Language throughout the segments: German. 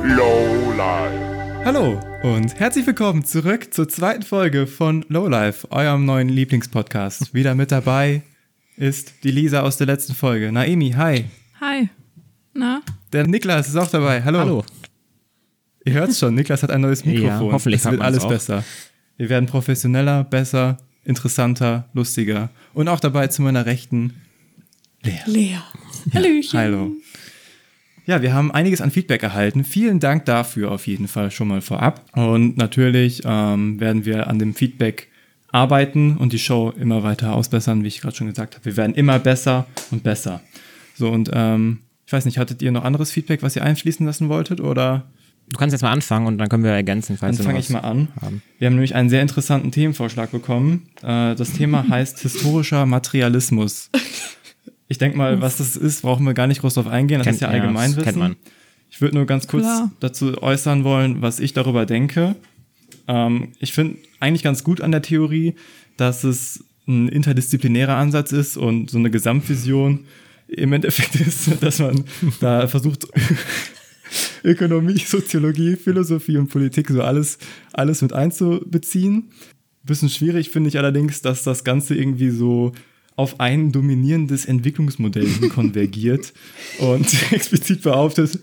Lowlife. Hallo und herzlich willkommen zurück zur zweiten Folge von Lowlife, eurem neuen Lieblingspodcast. Wieder mit dabei ist die Lisa aus der letzten Folge. Naemi, hi. Hi. Na? Der Niklas ist auch dabei. Hallo. Hallo. Ihr hört's schon, Niklas hat ein neues Mikrofon. Ja, hoffentlich es wird hört man's alles auch. besser. Wir werden professioneller, besser, interessanter, lustiger. Und auch dabei zu meiner Rechten Lea. Hallöchen. Hallo. Ja, wir haben einiges an Feedback erhalten. Vielen Dank dafür auf jeden Fall schon mal vorab. Und natürlich werden wir an dem Feedback arbeiten und die Show immer weiter ausbessern, wie ich gerade schon gesagt habe. Wir werden immer besser und besser. So, und ich weiß nicht, hattet ihr noch anderes Feedback, was ihr einfließen lassen wolltet, oder? Du kannst jetzt mal anfangen und dann können wir ergänzen, falls Dann wir fange noch ich mal an. haben. Wir haben nämlich einen sehr interessanten Themenvorschlag bekommen. Das Thema heißt historischer Materialismus. Ich denke mal, was das ist, brauchen wir gar nicht groß drauf eingehen. Das ist ja Allgemeinwissen. Kennt man. Ich würde nur ganz kurz dazu äußern wollen, was ich darüber denke. Ich finde eigentlich ganz gut an der Theorie, dass es ein interdisziplinärer Ansatz ist und so eine Gesamtvision im Endeffekt ist, dass man da versucht, Ökonomie, Soziologie, Philosophie und Politik so alles mit einzubeziehen. Bisschen schwierig finde ich allerdings, dass das Ganze irgendwie so auf ein dominierendes Entwicklungsmodell konvergiert und explizit behauptet,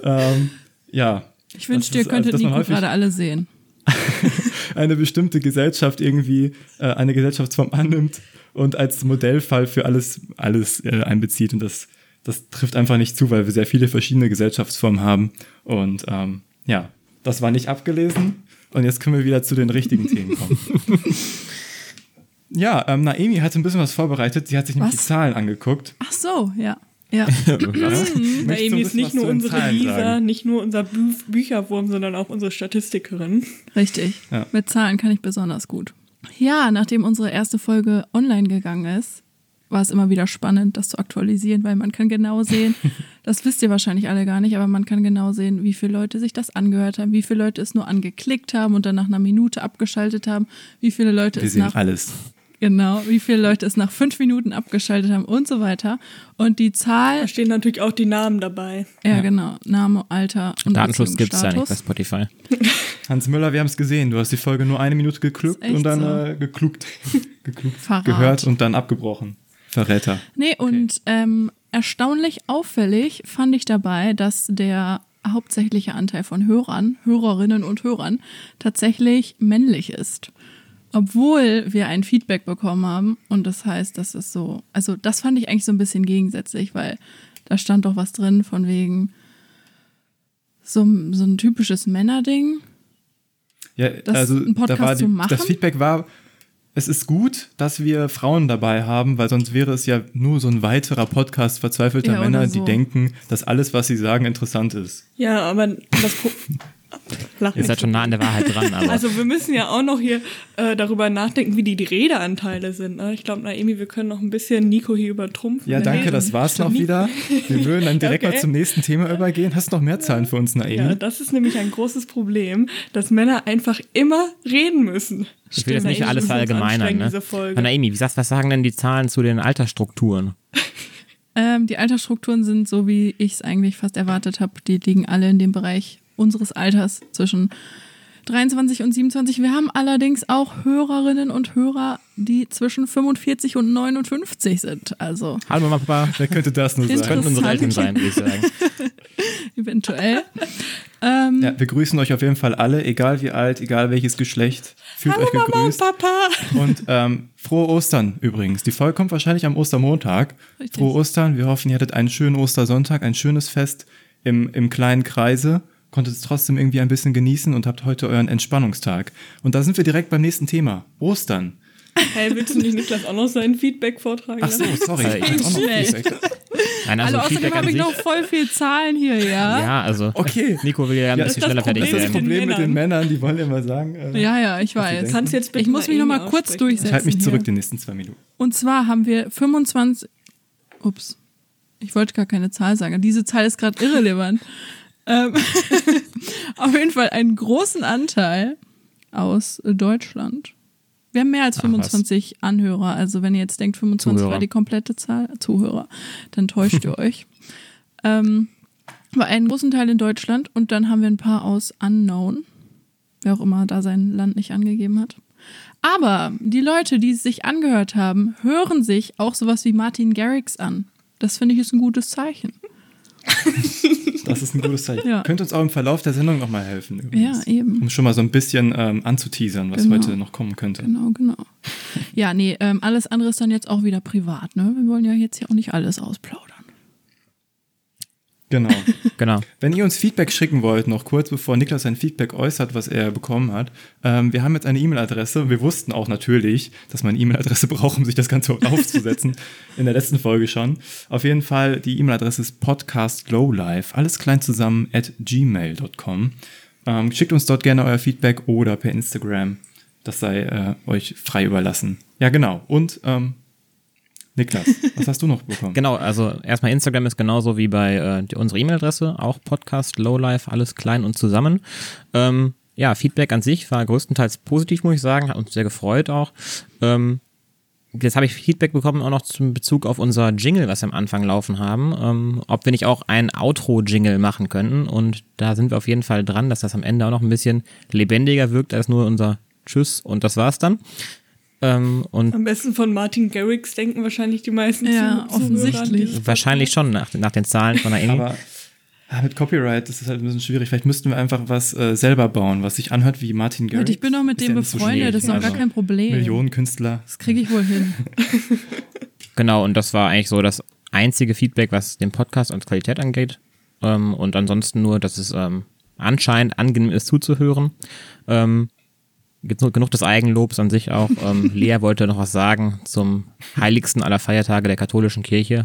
Ich wünschte, ihr könntet Nico gerade alle sehen. eine bestimmte Gesellschaft irgendwie eine Gesellschaftsform annimmt und als Modellfall für alles einbezieht. Und das trifft einfach nicht zu, weil wir sehr viele verschiedene Gesellschaftsformen haben. Und das war nicht abgelesen. Und jetzt können wir wieder zu den richtigen Themen kommen. Ja, Naemi hat ein bisschen was vorbereitet. Sie hat sich nämlich die Zahlen angeguckt. Ach so, ja. Ja. Naemi ist nicht nur unsere Lisa, nicht nur unser Bücherwurm, sondern auch unsere Statistikerin. Richtig. Ja. Mit Zahlen kann ich besonders gut. Ja, nachdem unsere erste Folge online gegangen ist, war es immer wieder spannend, das zu aktualisieren, weil man kann genau sehen, das wisst ihr wahrscheinlich alle gar nicht, aber man kann genau sehen, wie viele Leute sich das angehört haben, wie viele Leute es nur angeklickt haben und dann nach einer Minute abgeschaltet haben, wie viele Leute wie viele Leute es nach 5 Minuten abgeschaltet haben und so weiter. Und die Zahl... Da stehen natürlich auch die Namen dabei. Ja, genau. Name, Alter und Datenschutz gibt es ja nicht bei Beziehungsstatus. Spotify. Hans Müller, wir haben es gesehen. Du hast die Folge nur 1 Minute gekluckt Ist echt und dann so. gekluckt Verrat. gehört und dann abgebrochen. Verräter. Nee, und erstaunlich auffällig fand ich dabei, dass der hauptsächliche Anteil von Hörerinnen und Hörern tatsächlich männlich ist. Obwohl wir ein Feedback bekommen haben und das heißt, das ist so, also das fand ich eigentlich so ein bisschen gegensätzlich, weil da stand doch was drin von wegen so ein typisches Männerding. Ja, Das also einen Podcast zu machen? das Feedback war, es ist gut, dass wir Frauen dabei haben, weil sonst wäre es ja nur so ein weiterer Podcast verzweifelter Ja, oder Männer, so. die denken, dass alles, was sie sagen, interessant ist. Ja, aber das Lach Ihr nicht. seid schon nah an der Wahrheit dran, aber Also wir müssen ja auch noch hier darüber nachdenken, wie die Redeanteile sind. Ne? Ich glaube, Naemi, wir können noch ein bisschen Nico hier übertrumpfen. Ja, danke, das war's noch wieder. Wir würden dann direkt Okay. mal zum nächsten Thema übergehen. Hast du noch mehr Zahlen für uns, Naemi? Ja, das ist nämlich ein großes Problem, dass Männer einfach immer reden müssen. ich will jetzt nicht Naemi, alles das ist verallgemeinern. anstrengend, Ne? diese Folge. Naemi, was sagen denn die Zahlen zu den Altersstrukturen? Die Altersstrukturen sind so, wie ich es eigentlich fast erwartet habe. Die liegen alle in dem Bereich unseres Alters zwischen 23 und 27. Wir haben allerdings auch Hörerinnen und Hörer, die zwischen 45 und 59 sind. Also Hallo Mama, Papa. Wer könnte das nur Das sein? könnten unsere Eltern sein, würde ich sagen. eventuell. Ja, wir grüßen euch auf jeden Fall alle, egal wie alt, egal welches Geschlecht. Fühlt euch Mama und gegrüßt. Papa. Und frohe Ostern übrigens. Die Folge kommt wahrscheinlich am Ostermontag. Richtig. Frohe Ostern. Wir hoffen, ihr hattet einen schönen Ostersonntag, ein schönes Fest im kleinen Kreise. Konntet es trotzdem irgendwie ein bisschen genießen und habt heute euren Entspannungstag. Und da sind wir direkt beim nächsten Thema. Ostern. Hey, willst du nicht Niklas auch noch sein Feedback vortragen? Ach so, sorry. Ich hab auch noch schlecht. Feedback. Nein, Also also außerdem Feedback habe an ich sich. noch voll viel Zahlen hier, ja? Ja, also Okay. Nico will ja ein Ja, bisschen das schneller fertig Das ist das mit werden. den Problem mit den Männern. Männern, die wollen immer sagen. Ja, ich weiß. denken. Kannst jetzt bitte Ich muss mich noch mal kurz aussprechen? durchsetzen. Ich halte mich zurück hier. die nächsten 2 Minuten. Und zwar haben wir 25. Ups. Ich wollte gar keine Zahl sagen. Diese Zahl ist gerade irrelevant. Auf jeden Fall einen großen Anteil aus Deutschland. Wir haben mehr als 25 Anhörer. Also wenn ihr jetzt denkt, 25 Zuhörer. war die komplette Zahl, Zuhörer, dann täuscht ihr euch. war einen großen Teil in Deutschland und dann haben wir ein paar aus Unknown, wer auch immer da sein Land nicht angegeben hat. Aber die Leute, die es sich angehört haben, hören sich auch sowas wie Martin Garrix an. Das finde ich ist ein gutes Zeichen. Das ist ein gutes Zeichen. Ja. Könnt uns auch im Verlauf der Sendung nochmal helfen. Übrigens. Ja, eben. Um schon mal so ein bisschen anzuteasern, was Genau. heute noch kommen könnte. Genau. Ja, nee, alles andere ist dann jetzt auch wieder privat, ne? Wir wollen ja jetzt hier auch nicht alles ausplaudern. Genau. Wenn ihr uns Feedback schicken wollt, noch kurz bevor Niklas sein Feedback äußert, was er bekommen hat, wir haben jetzt eine E-Mail-Adresse. Wir wussten auch natürlich, dass man eine E-Mail-Adresse braucht, um sich das Ganze aufzusetzen. In der letzten Folge schon. Auf jeden Fall, die E-Mail-Adresse ist podcastglowlife, alles klein zusammen, @gmail.com. Schickt uns dort gerne euer Feedback oder per Instagram. Das sei euch frei überlassen. Ja, genau. Und Niklas, was hast du noch bekommen? Genau, also erstmal Instagram ist genauso wie bei unserer E-Mail-Adresse, auch Podcast Lowlife, alles klein und zusammen. Ja, Feedback an sich war größtenteils positiv, muss ich sagen, hat uns sehr gefreut auch. Jetzt habe ich Feedback bekommen auch noch zum Bezug auf unser Jingle, was wir am Anfang laufen haben, ob wir nicht auch ein Outro-Jingle machen könnten, und da sind wir auf jeden Fall dran, dass das am Ende auch noch ein bisschen lebendiger wirkt als nur unser Tschüss und das war's dann. Und am besten von Martin Garrix denken wahrscheinlich die meisten Ja, Zuhörer offensichtlich. wahrscheinlich schon nach den Zahlen von der Amy. Aber mit Copyright ist es halt ein bisschen schwierig. Vielleicht müssten wir einfach was selber bauen, was sich anhört wie Martin Garrix. Ich bin doch mit dem befreundet, das ist doch gar kein Problem. Millionenkünstler. Das kriege ich wohl hin. Genau, und das war eigentlich so das einzige Feedback, was den Podcast als Qualität angeht. Und ansonsten nur, dass es anscheinend angenehm ist zuzuhören. Gibt genug des Eigenlobs an sich auch. Lea wollte noch was sagen zum heiligsten aller Feiertage der katholischen Kirche.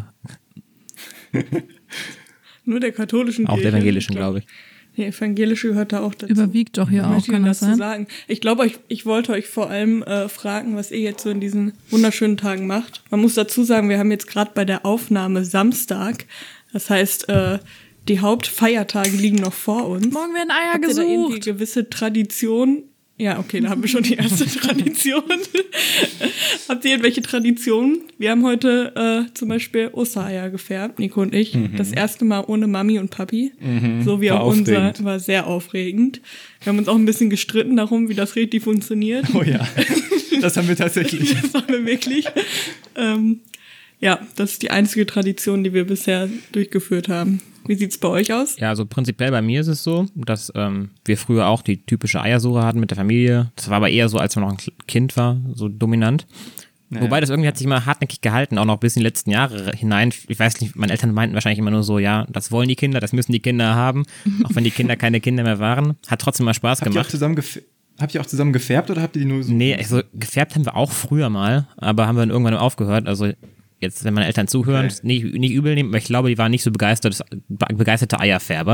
Nur der katholischen Auch Kirche. der evangelischen, glaube ich. Die evangelische gehört da auch dazu. Überwiegt doch hier Was auch, möchte ich kann denn das dazu sein? sagen? Ich glaube, ich wollte euch vor allem fragen, was ihr jetzt so in diesen wunderschönen Tagen macht. Man muss dazu sagen, wir haben jetzt gerade bei der Aufnahme Samstag. Das heißt, die Hauptfeiertage liegen noch vor uns. Morgen werden Eier Habt ihr da irgendwie gesucht. gewisse Tradition? Ja, okay, da haben wir schon die erste Tradition. Habt ihr irgendwelche Traditionen? Wir haben heute zum Beispiel Ostereier gefärbt, Nico und ich. Das erste Mal ohne Mami und Papi. So wie War auch unser, aufregend. war sehr aufregend. Wir haben uns auch ein bisschen gestritten darum, wie das richtig funktioniert. Oh ja, das haben wir tatsächlich. Das haben wir wirklich. Ja, das ist die einzige Tradition, die wir bisher durchgeführt haben. Wie sieht's bei euch aus? Ja, also prinzipiell bei mir ist es so, dass wir früher auch die typische Eiersuche hatten mit der Familie. Das war aber eher so, als man noch ein Kind war, so dominant. Ja. Wobei das irgendwie hat sich immer hartnäckig gehalten, auch noch bis in die letzten Jahre hinein. Ich weiß nicht, meine Eltern meinten wahrscheinlich immer nur so, ja, das wollen die Kinder, das müssen die Kinder haben. Auch wenn die Kinder keine Kinder mehr waren. Hat trotzdem mal Spaß gemacht. Habt ihr auch zusammen gefärbt oder habt ihr die nur so? Nee, also gefärbt haben wir auch früher mal, aber haben wir dann irgendwann aufgehört. Also jetzt, wenn meine Eltern zuhören, Okay. nicht übel nehmen, aber ich glaube, die waren nicht so begeisterte Eierfärber.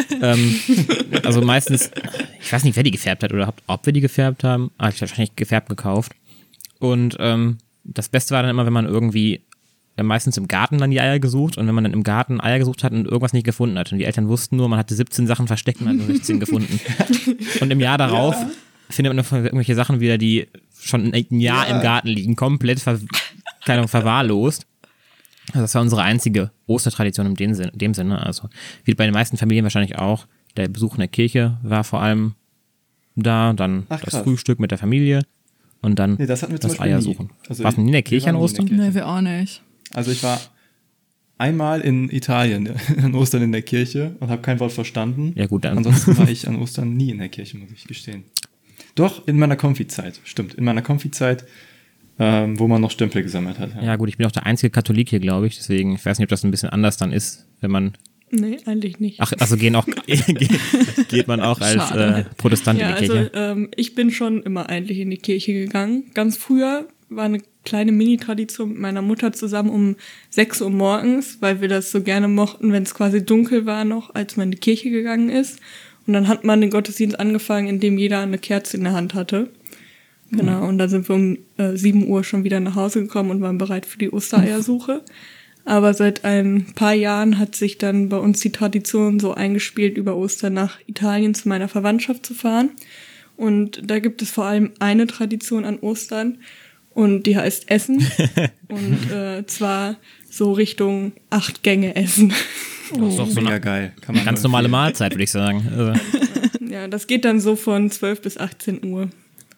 Also meistens, ich weiß nicht, wer die gefärbt hat oder ob wir die gefärbt haben, aber ich habe wahrscheinlich gefärbt gekauft. Und das Beste war dann immer, wenn man irgendwie meistens im Garten dann die Eier gesucht, und wenn man dann im Garten Eier gesucht hat und irgendwas nicht gefunden hat und die Eltern wussten nur, man hatte 17 Sachen versteckt und hat nur 16 gefunden. Und im Jahr darauf findet man noch irgendwelche Sachen wieder, die schon ein Jahr im Garten liegen, komplett verwahrlost. Also das war unsere einzige Ostertradition in dem Sinne. Also wie bei den meisten Familien wahrscheinlich auch. Der Besuch in der Kirche war vor allem da, dann das Frühstück mit der Familie und dann das hatten wir zum Beispiel Eiersuchen. nie. Also warst du nie in der Kirche an Ostern? Nee, wir auch nicht. Also ich war einmal in Italien an Ostern in der Kirche und habe kein Wort verstanden. Ja gut, dann. Ansonsten war ich an Ostern nie in der Kirche, muss ich gestehen. Doch, in meiner Konfi-Zeit, stimmt. In meiner Konfi-Zeit, wo man noch Stempel gesammelt hat. Ja gut, ich bin auch der einzige Katholik hier, glaube ich. Deswegen, ich weiß nicht, ob das ein bisschen anders dann ist, wenn man... Nee, eigentlich nicht. Ach, also geht man auch als Protestant in die Kirche? Also ich bin schon immer eigentlich in die Kirche gegangen. Ganz früher war eine kleine Mini-Tradition mit meiner Mutter zusammen um 6 Uhr morgens, weil wir das so gerne mochten, wenn es quasi dunkel war noch, als man in die Kirche gegangen ist. Und dann hat man den Gottesdienst angefangen, indem jeder eine Kerze in der Hand hatte. Genau, und dann sind wir um 7 Uhr schon wieder nach Hause gekommen und waren bereit für die Ostereiersuche. Aber seit ein paar Jahren hat sich dann bei uns die Tradition so eingespielt, über Ostern nach Italien zu meiner Verwandtschaft zu fahren. Und da gibt es vor allem eine Tradition an Ostern und die heißt Essen. Und zwar so Richtung 8 Gänge Essen. Das ist doch so Mega geil. Kann man ganz normale Mahlzeit, würde ich sagen. Also, Ja, das geht dann so von 12 bis 18 Uhr.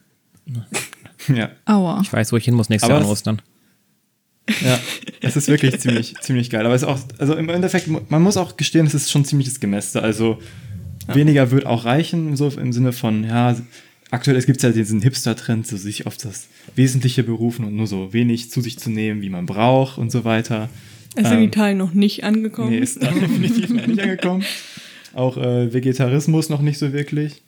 Ja. Aua. ich weiß, wo ich hin muss nächstes Aber Jahr an es- Ostern. Ja, es ist wirklich ziemlich geil. Aber es ist auch, also im Endeffekt, man muss auch gestehen, es ist schon ziemliches Gemäste. Also weniger wird auch reichen, so im Sinne von, ja, aktuell gibt es ja diesen Hipster-Trend, so sich auf das Wesentliche berufen und nur so wenig zu sich zu nehmen, wie man braucht und so weiter. Ist in Italien noch nicht angekommen. Nee, ist da definitiv noch nicht angekommen. Auch Vegetarismus noch nicht so wirklich.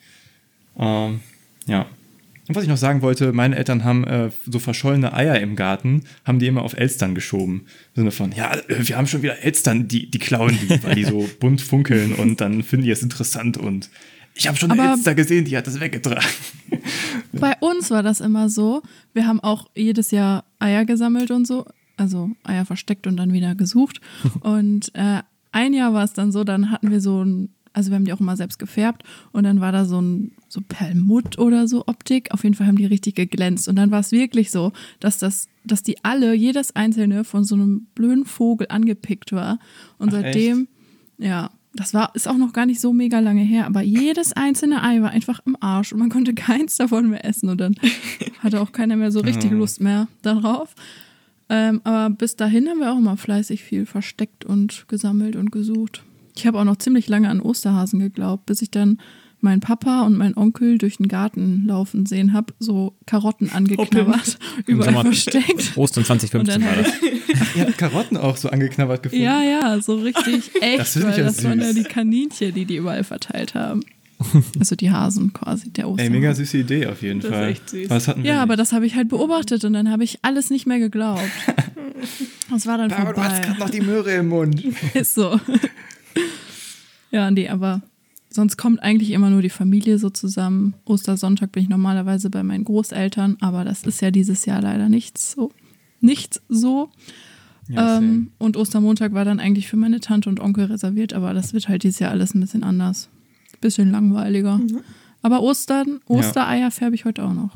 Ja. Und was ich noch sagen wollte, meine Eltern haben so verschollene Eier im Garten, haben die immer auf Elstern geschoben. Im Sinne von, ja, wir haben schon wieder Elstern, die klauen die, weil die so bunt funkeln und dann finden die es interessant und ich habe schon eine Aber- Elster gesehen, die hat das weggetragen. Bei uns war das immer so. Wir haben auch jedes Jahr Eier gesammelt und so. Also Eier versteckt und dann wieder gesucht. Und ein Jahr war es dann so, dann hatten wir so ein, also wir haben die auch immer selbst gefärbt und dann war da so ein so Perlmutt oder so Optik. Auf jeden Fall haben die richtig geglänzt. Und dann war es wirklich so, dass die alle, jedes einzelne von so einem blöden Vogel angepickt war. Und Ach, seitdem, ja, ist auch noch gar nicht so mega lange her, aber jedes einzelne Ei war einfach im Arsch und man konnte keins davon mehr essen und dann hatte auch keiner mehr so richtig Lust mehr darauf. Aber bis dahin haben wir auch immer fleißig viel versteckt und gesammelt und gesucht. Ich habe auch noch ziemlich lange an Osterhasen geglaubt, bis ich dann meinen Papa und meinen Onkel durch den Garten laufen sehen habe, so Karotten angeknabbert, überall Sommer- versteckt. Ostern 2015 Und war dann das. Ach, ihr habt Karotten auch so angeknabbert gefunden? Ja, so richtig echt, Das finde ich weil ja das waren ja süß. die Kaninchen, die überall verteilt haben. Also die Hasen quasi, der Ey, Osterhase. mega süße Idee auf jeden Das ist Fall. echt süß. Aber das hatten wir Ja, aber nicht. das habe ich halt beobachtet und dann habe ich alles nicht mehr geglaubt. Das war dann Aber du hast vorbei. gerade noch die Möhre im Mund. Ist so. Ja, nee, aber sonst kommt eigentlich immer nur die Familie so zusammen. Ostersonntag bin ich normalerweise bei meinen Großeltern, aber das ist ja dieses Jahr leider nichts so. Ja, same. Und Ostermontag war dann eigentlich für meine Tante und Onkel reserviert, aber das wird halt dieses Jahr alles ein bisschen anders. Bisschen langweiliger. Aber Ostereier färbe ich heute auch noch.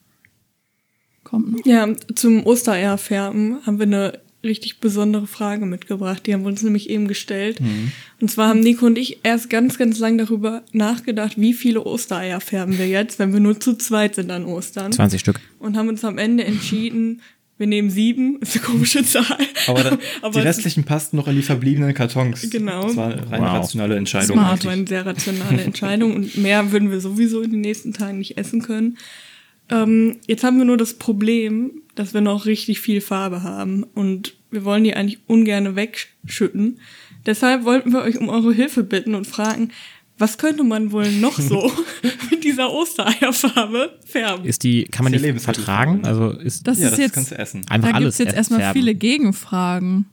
Kommt noch. Ja, zum Ostereierfärben haben wir eine richtig besondere Frage mitgebracht. Die haben wir uns nämlich eben gestellt. Und zwar haben Nico und ich erst ganz, ganz lang darüber nachgedacht, wie viele Ostereier färben wir jetzt, wenn wir nur zu zweit sind an Ostern. 20 Stück. Und haben uns am Ende entschieden, wir nehmen 7, ist eine komische Zahl. Aber, die Aber restlichen passten noch in die verbliebenen Kartons. Genau. Das war eine rein Wow. rationale Entscheidung. Smart. Das war eine sehr rationale Entscheidung und mehr würden wir sowieso in den nächsten Tagen nicht essen können. Jetzt haben wir nur das Problem, dass wir noch richtig viel Farbe haben und wir wollen die eigentlich ungern wegschütten. Deshalb wollten wir euch um eure Hilfe bitten und fragen, was könnte man wohl noch so mit dieser Ostereierfarbe färben? Kann man Ist ja die vertragen? Lebensmittelfarbe, Also ist Das Ja, ist das jetzt, kannst du essen. einfach da gibt alles es jetzt erstmal färben. viele Gegenfragen.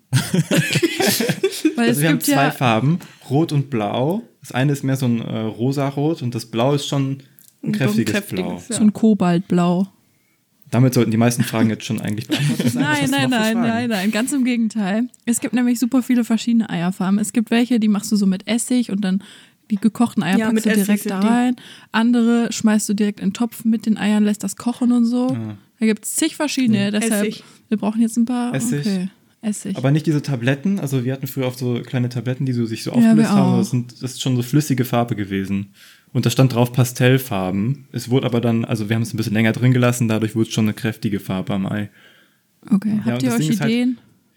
Weil Also wir haben gibt zwei ja, Farben, Rot und Blau. Das eine ist mehr so ein rosarot und das Blau ist schon ein kräftiges Blau. Ja. so ein Kobaltblau. Damit sollten die meisten Fragen jetzt schon eigentlich beantwortet sein. Was hast du noch für Fragen? Nein, ganz im Gegenteil. Es gibt nämlich super viele verschiedene Eierfarben. Es gibt welche, die machst du so mit Essig und dann die gekochten Eier Ja, packst mit du Essig direkt sind da die. rein. Andere schmeißt du direkt in den Topf mit den Eiern, lässt das kochen und so. Da gibt es zig verschiedene. Deshalb, Essig. wir brauchen jetzt ein paar. Essig. Okay. Essig. Aber nicht diese Tabletten. Also wir hatten früher oft so kleine Tabletten, die so sich so Ja, wir aufgelöst haben. auch. Das ist schon so flüssige Farbe gewesen. Und da stand drauf Pastellfarben. Es wurde aber dann, also wir haben es ein bisschen länger drin gelassen, dadurch wurde es schon eine kräftige Farbe am Ei. Okay. Ja, Habt und ihr das Ding ist halt- Orchideen?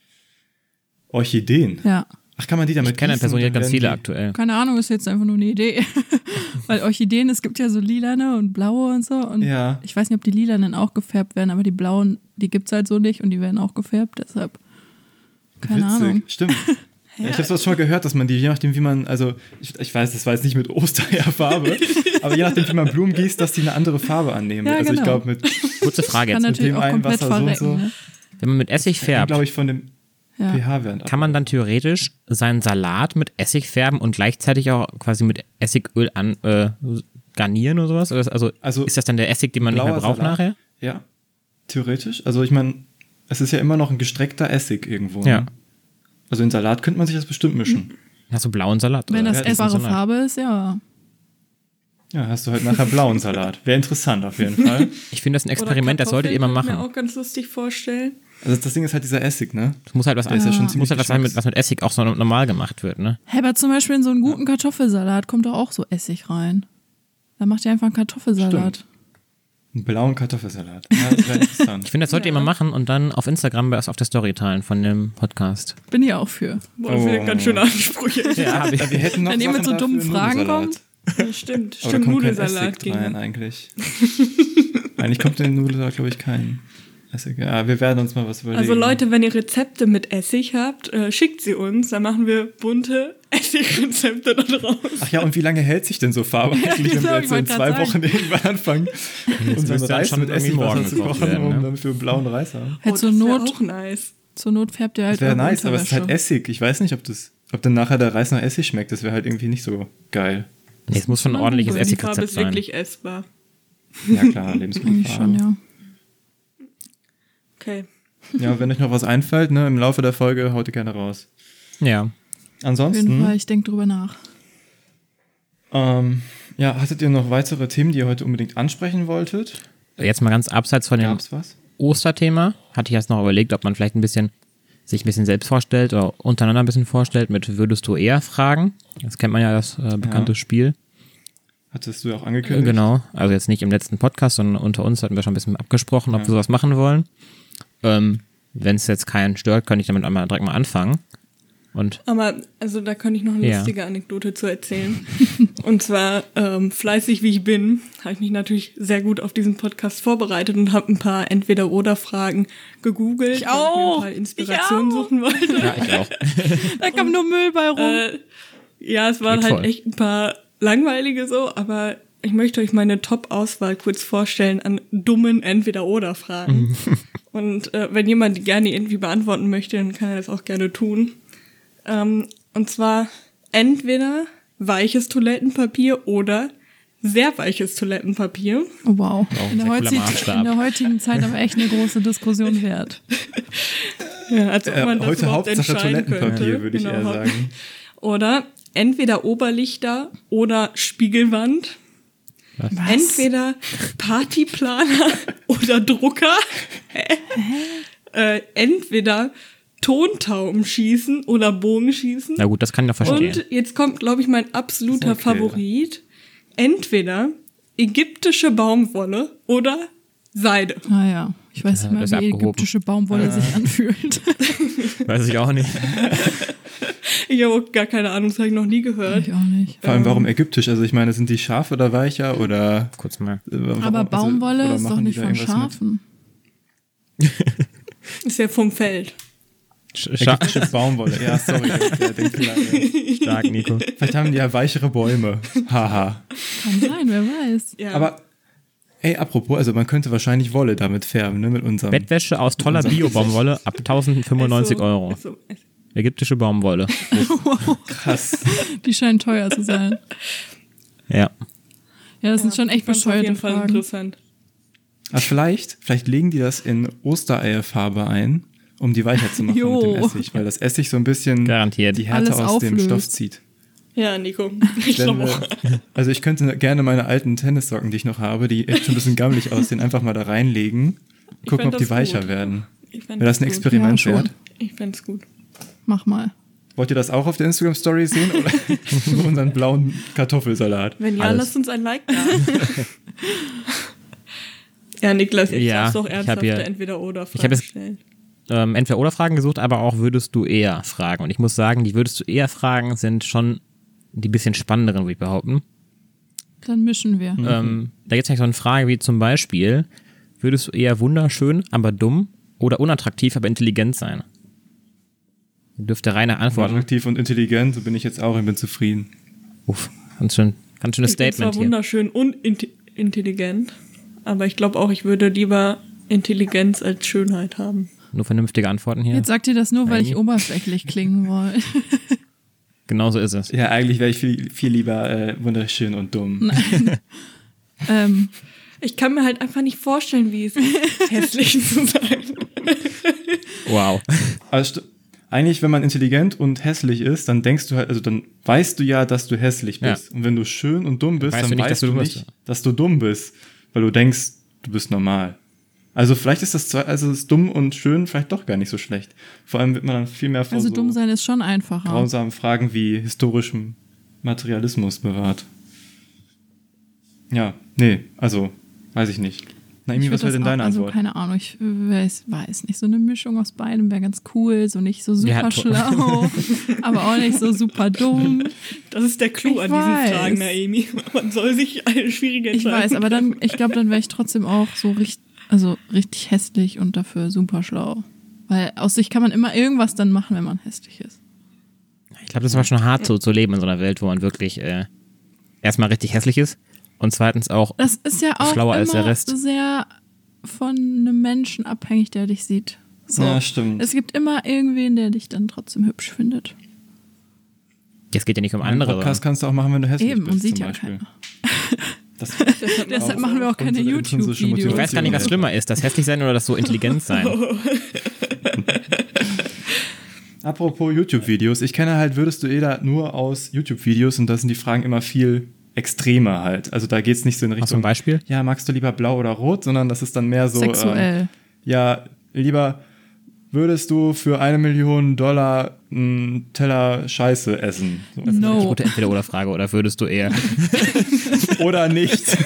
Orchideen. Ja. Ach, kann man die damit Ich kenne eine gießen Person, die und hat dann ganz werden viele die- aktuell. Keine Ahnung, ist jetzt einfach nur eine Idee. Weil Orchideen, es gibt ja so lilane und blaue und so. Und Ja. ich weiß nicht, ob die lilanen auch gefärbt werden, aber die blauen, die gibt es halt so nicht und die werden auch gefärbt, deshalb. Keine Witzig. Ahnung. Stimmt. Ja, ich habe das schon mal gehört, dass man die, je nachdem wie man, also ich weiß, das war jetzt nicht mit Ostereierfarbe, aber je nachdem wie man Blumen gießt, dass die eine andere Farbe annehmen. Ja, Also genau. ich glaube mit, Kurze Frage Kann jetzt. natürlich dem auch einen komplett Wasser so und verrecken. so. Ne? Wenn man mit Essig färbt, glaube ich, von dem Ja. pH-Wert. kann man dann theoretisch seinen Salat mit Essig färben und gleichzeitig auch quasi mit Essigöl garnieren oder sowas? Also ist das dann der Essig, den man nicht mehr blauer braucht Salat? nachher? Ja, theoretisch. Also ich meine, es ist ja immer noch ein gestreckter Essig irgendwo. Ja. Ne? Also in Salat könnte man sich das bestimmt mischen. Hast du blauen Salat? Wenn oder? das Ja, essbare Salat. Farbe ist, ja. Ja, hast du halt nachher blauen Salat. Wäre interessant auf jeden Fall. Ich finde das ein Experiment, das solltet ihr mal Oder Kartoffeln machen. kann ich mir auch ganz lustig vorstellen. Also das Ding ist halt dieser Essig, ne? Es muss halt was, Der ist ja schon ziemlich was sein, was mit Essig auch so normal gemacht wird, ne? Hey, aber zum Beispiel in so einen guten Kartoffelsalat kommt doch auch so Essig rein. Da macht ihr einfach einen Kartoffelsalat. Stimmt. Einen blauen Kartoffelsalat. Ja, das wäre interessant. Ich finde, das sollt ihr immer machen und dann auf Instagram was auf der Story teilen von dem Podcast. Bin ich auch für. Boah, das sind ganz schöne Ansprüche. Ja, wir hätten noch Wenn ihr mit so dummen Fragen kommt. Ja, stimmt, Aber da kommt kein Nudelsalat Essig ging. rein eigentlich. Eigentlich kommt in den Nudelsalat, glaube ich, kein Essig. Ja, wir werden uns mal was überlegen. Also Leute, wenn ihr Rezepte mit Essig habt, schickt sie uns, dann machen wir bunte Essigrezepte da draus. Ach ja, und wie lange hält sich denn so Farbe eigentlich, wenn wir jetzt so in 2 Wochen irgendwann anfangen, unseren müsste dann Reis schon mit irgendwie Essigwasser morgen zu gekocht kochen, werden, ne? damit wir blauen Reis haben? Halt zur das wär Not, auch nice. zur Not färbt ihr halt Das wäre eure nice, aber es ist halt Unterwäsche. Essig. Ich weiß nicht, ob dann nachher der Reis nach Essig schmeckt. Das wäre halt irgendwie nicht so geil. Nee, es muss schon ein ordentliches Die Farbe Essigrezept ist sein. wirklich essbar. Ja klar, Eigentlich Lebensmittelfarbe. schon, ja. Okay. Ja, wenn euch noch was einfällt, ne, im Laufe der Folge, haut ihr gerne raus. Ja. Auf jeden Ansonsten, Fall, ich denke drüber nach. ja, hattet ihr noch weitere Themen, die ihr heute unbedingt ansprechen wolltet? Jetzt mal ganz abseits von dem Gab's was? Osterthema. Hatte ich jetzt noch überlegt, ob man vielleicht sich ein bisschen selbst vorstellt oder untereinander ein bisschen vorstellt mit Würdest du eher fragen? Das kennt man ja, das bekannte Spiel. Hattest du ja auch angekündigt? Genau, also jetzt nicht im letzten Podcast, sondern unter uns hatten wir schon ein bisschen abgesprochen, ob wir sowas machen wollen. Wenn es jetzt keinen stört, könnte ich damit einmal direkt mal anfangen. Und Aber also da kann ich noch eine Ja. lustige Anekdote zu erzählen. Und zwar, fleißig wie ich bin, habe ich mich natürlich sehr gut auf diesen Podcast vorbereitet und habe ein paar Entweder-Oder-Fragen gegoogelt, Ich weil ich mir auch. ein paar Inspirationen Ich auch. suchen wollte. ja, ich auch. Da kam nur Müll bei rum. Ja, es waren Geht halt voll. echt ein paar langweilige so, aber ich möchte euch meine Top-Auswahl kurz vorstellen an dummen Entweder-Oder-Fragen. Und wenn jemand die gerne irgendwie beantworten möchte, dann kann er das auch gerne tun. Und zwar entweder weiches Toilettenpapier oder sehr weiches Toilettenpapier. Oh, wow. In sehr cooler Maßstab. der heutigen Zeit aber echt eine große Diskussion wert. Ja, als ob man das Heute überhaupt Hauptsache entscheiden Toilettenpapier, könnte. würde ich Genau. eher sagen. Oder entweder Oberlichter oder Spiegelwand. Was? Entweder Partyplaner oder Drucker. Entweder Tontauben schießen oder Bogenschießen. Na gut, das kann ich noch verstehen. Und jetzt kommt, glaube ich, mein absoluter Okay. Favorit. Entweder ägyptische Baumwolle oder Seide. Ah ja, ich weiß nicht Das mal, ist wie abgehoben. ägyptische Baumwolle sich anfühlt. Weiß ich auch nicht. Ich habe auch gar keine Ahnung, das habe ich noch nie gehört. Ich auch nicht. Vor allem, warum ägyptisch? Also ich meine, sind die scharf oder weicher oder... Kurz mal. Aber Baumwolle oder ist doch machen die nicht da von irgendwas mit? Schafen. Ist ja vom Feld. Ägyptische Baumwolle. Ja, sorry. Der denkt vielleicht, Stark, Nico. vielleicht haben die ja weichere Bäume. Haha. Kann sein, wer weiß. Ja. Aber, ey, apropos, also man könnte wahrscheinlich Wolle damit färben, ne, mit unserem... Bettwäsche aus toller Bio-Baumwolle ab 1095 ist so, Euro. ist so. Ägyptische Baumwolle. Krass. Die scheinen teuer zu sein. Ja. Ja, das sind schon echt Ich fand's auf bescheuerte jeden Fall Fragen. interessant. Aber vielleicht legen die das in Ostereierfarbe ein, um die weicher zu machen Jo. mit dem Essig, weil das Essig so ein bisschen Garantiert. die Härte Alles aus dem auflöst. Stoff zieht. Ja, Nico. Ich Wenn glaube auch. also ich könnte gerne meine alten Tennissocken, die ich noch habe, die echt schon ein bisschen gammelig aussehen, einfach mal da reinlegen, gucken, fänd ob die das weicher gut. werden. Ich fänd Wäre das ein gut. Experiment Ja, schon. wert? Ich fände es gut. Mach mal. Wollt ihr das auch auf der Instagram-Story sehen oder nur unseren blauen Kartoffelsalat? Wenn ja, Alles. lasst uns ein Like da. Ja, Niklas, jetzt Ja, darfst du auch ich hab ernsthafte hier- Entweder-Oder-Fragen ich hab jetzt- stellen. Entweder oder Fragen gesucht, aber auch würdest du eher fragen. Und ich muss sagen, die würdest du eher Fragen sind schon die bisschen spannenderen, würde ich behaupten. Dann mischen wir. Da gibt es so eine Frage wie zum Beispiel, würdest du eher wunderschön, aber dumm oder unattraktiv, aber intelligent sein? Dürfte reine Antworten. Attraktiv und intelligent, so bin ich jetzt auch, ich bin zufrieden. Uff, ganz schönes Ich bin zwar Statement hier. wunderschön und intelligent, aber ich glaube auch, ich würde lieber Intelligenz als Schönheit haben. Nur vernünftige Antworten hier. Jetzt sagt ihr das nur, weil ich Nein. oberflächlich klingen wollte. Genau so ist es. Ja, eigentlich wäre ich viel lieber wunderschön und dumm. Ich kann mir halt einfach nicht vorstellen, wie es ist, hässlich zu sein. Wow. Also eigentlich, wenn man intelligent und hässlich ist, dann denkst du halt, also dann weißt du ja, dass du hässlich bist. Und wenn du schön und dumm bist, Weißt dann du nicht, dass weißt du du dumm nicht, bist. dass du dumm bist, weil du denkst, du bist normal. Also vielleicht ist das dumm und schön vielleicht doch gar nicht so schlecht. Vor allem wird man dann viel mehr vor Also so dumm sein ist schon einfacher. grausamen Fragen wie historischem Materialismus bewahrt. Ja, nee, also weiß ich nicht. Naomi, was wäre denn deine Antwort? Also keine Ahnung, ich weiß nicht. So eine Mischung aus beidem wäre ganz cool. So nicht so super schlau, aber auch nicht so super dumm. Das ist der Clou an diesen Fragen, Naomi. Man soll sich eine schwierige Entscheidung. Ich weiß, aber dann, ich glaube, dann wäre ich trotzdem auch so richtig hässlich und dafür super schlau. Weil aus sich kann man immer irgendwas dann machen, wenn man hässlich ist. Ich glaube, das war schon hart so zu leben in so einer Welt, wo man wirklich erstmal richtig hässlich ist und zweitens auch das ist ja auch schlauer als der Rest. Sehr von einem Menschen abhängig, der dich sieht. So. Ja, stimmt. Es gibt immer irgendwen, der dich dann trotzdem hübsch findet. Es geht ja nicht um Einen andere. Podcast kannst du auch machen, wenn du hässlich Eben, bist. und sieht zum ja Beispiel. keiner. Deshalb machen wir auch keine YouTube-Videos. Ich weiß gar nicht, was schlimmer ist, das hässlich sein oder das so intelligent sein. Apropos YouTube-Videos, ich kenne halt Würdest du Eder nur aus YouTube-Videos und da sind die Fragen immer viel extremer halt. Also da geht es nicht so in Richtung, zum Beispiel? Ja, magst du lieber blau oder rot, sondern das ist dann mehr so Sexuell. Ja, lieber würdest du für $1 Million einen Teller Scheiße essen? So. Das ist eine gute Entweder-oder-Frage, oder würdest du eher? Oder nicht.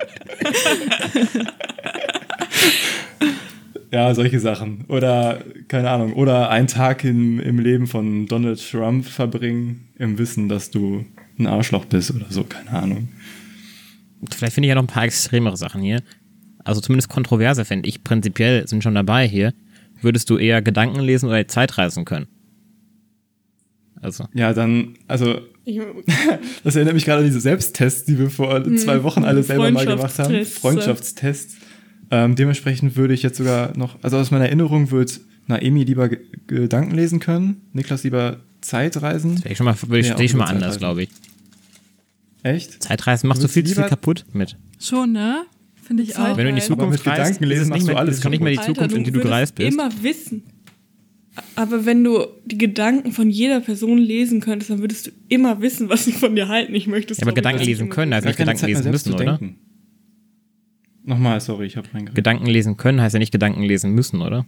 Ja, solche Sachen. Oder, keine Ahnung, oder einen Tag im Leben von Donald Trump verbringen, im Wissen, dass du ein Arschloch bist oder so, keine Ahnung. Vielleicht finde ich ja noch ein paar extremere Sachen hier. Also zumindest kontroverse fände ich prinzipiell, sind schon dabei hier. Würdest du eher Gedanken lesen oder Zeitreisen können? Also. Ja, dann, also, das erinnert mich gerade an diese Selbsttests, die wir vor 2 Wochen alle selber mal gemacht haben. Freundschaftstests. Dementsprechend würde ich jetzt sogar noch, also aus meiner Erinnerung wird Naomi lieber Gedanken lesen können, Niklas lieber Zeitreisen. Das würde ich schon mal anders, glaube ich. Echt? Zeitreisen machst du viel zu viel kaputt mit. Schon, ne? Finde ich auch. Wenn du in die Zukunft reist, Gedanken lesen, machst du alles ist nicht mehr die Zukunft, in die du gereist bist. Immer wissen. Aber wenn du die Gedanken von jeder Person lesen könntest, dann würdest du immer wissen, was sie von dir halten. Ich möchte es. Ja, aber Gedanken lesen können heißt nicht Gedanken lesen müssen, oder? Nochmal, sorry, ich habe reingeredet. Gedanken lesen können heißt ja nicht Gedanken lesen müssen, oder?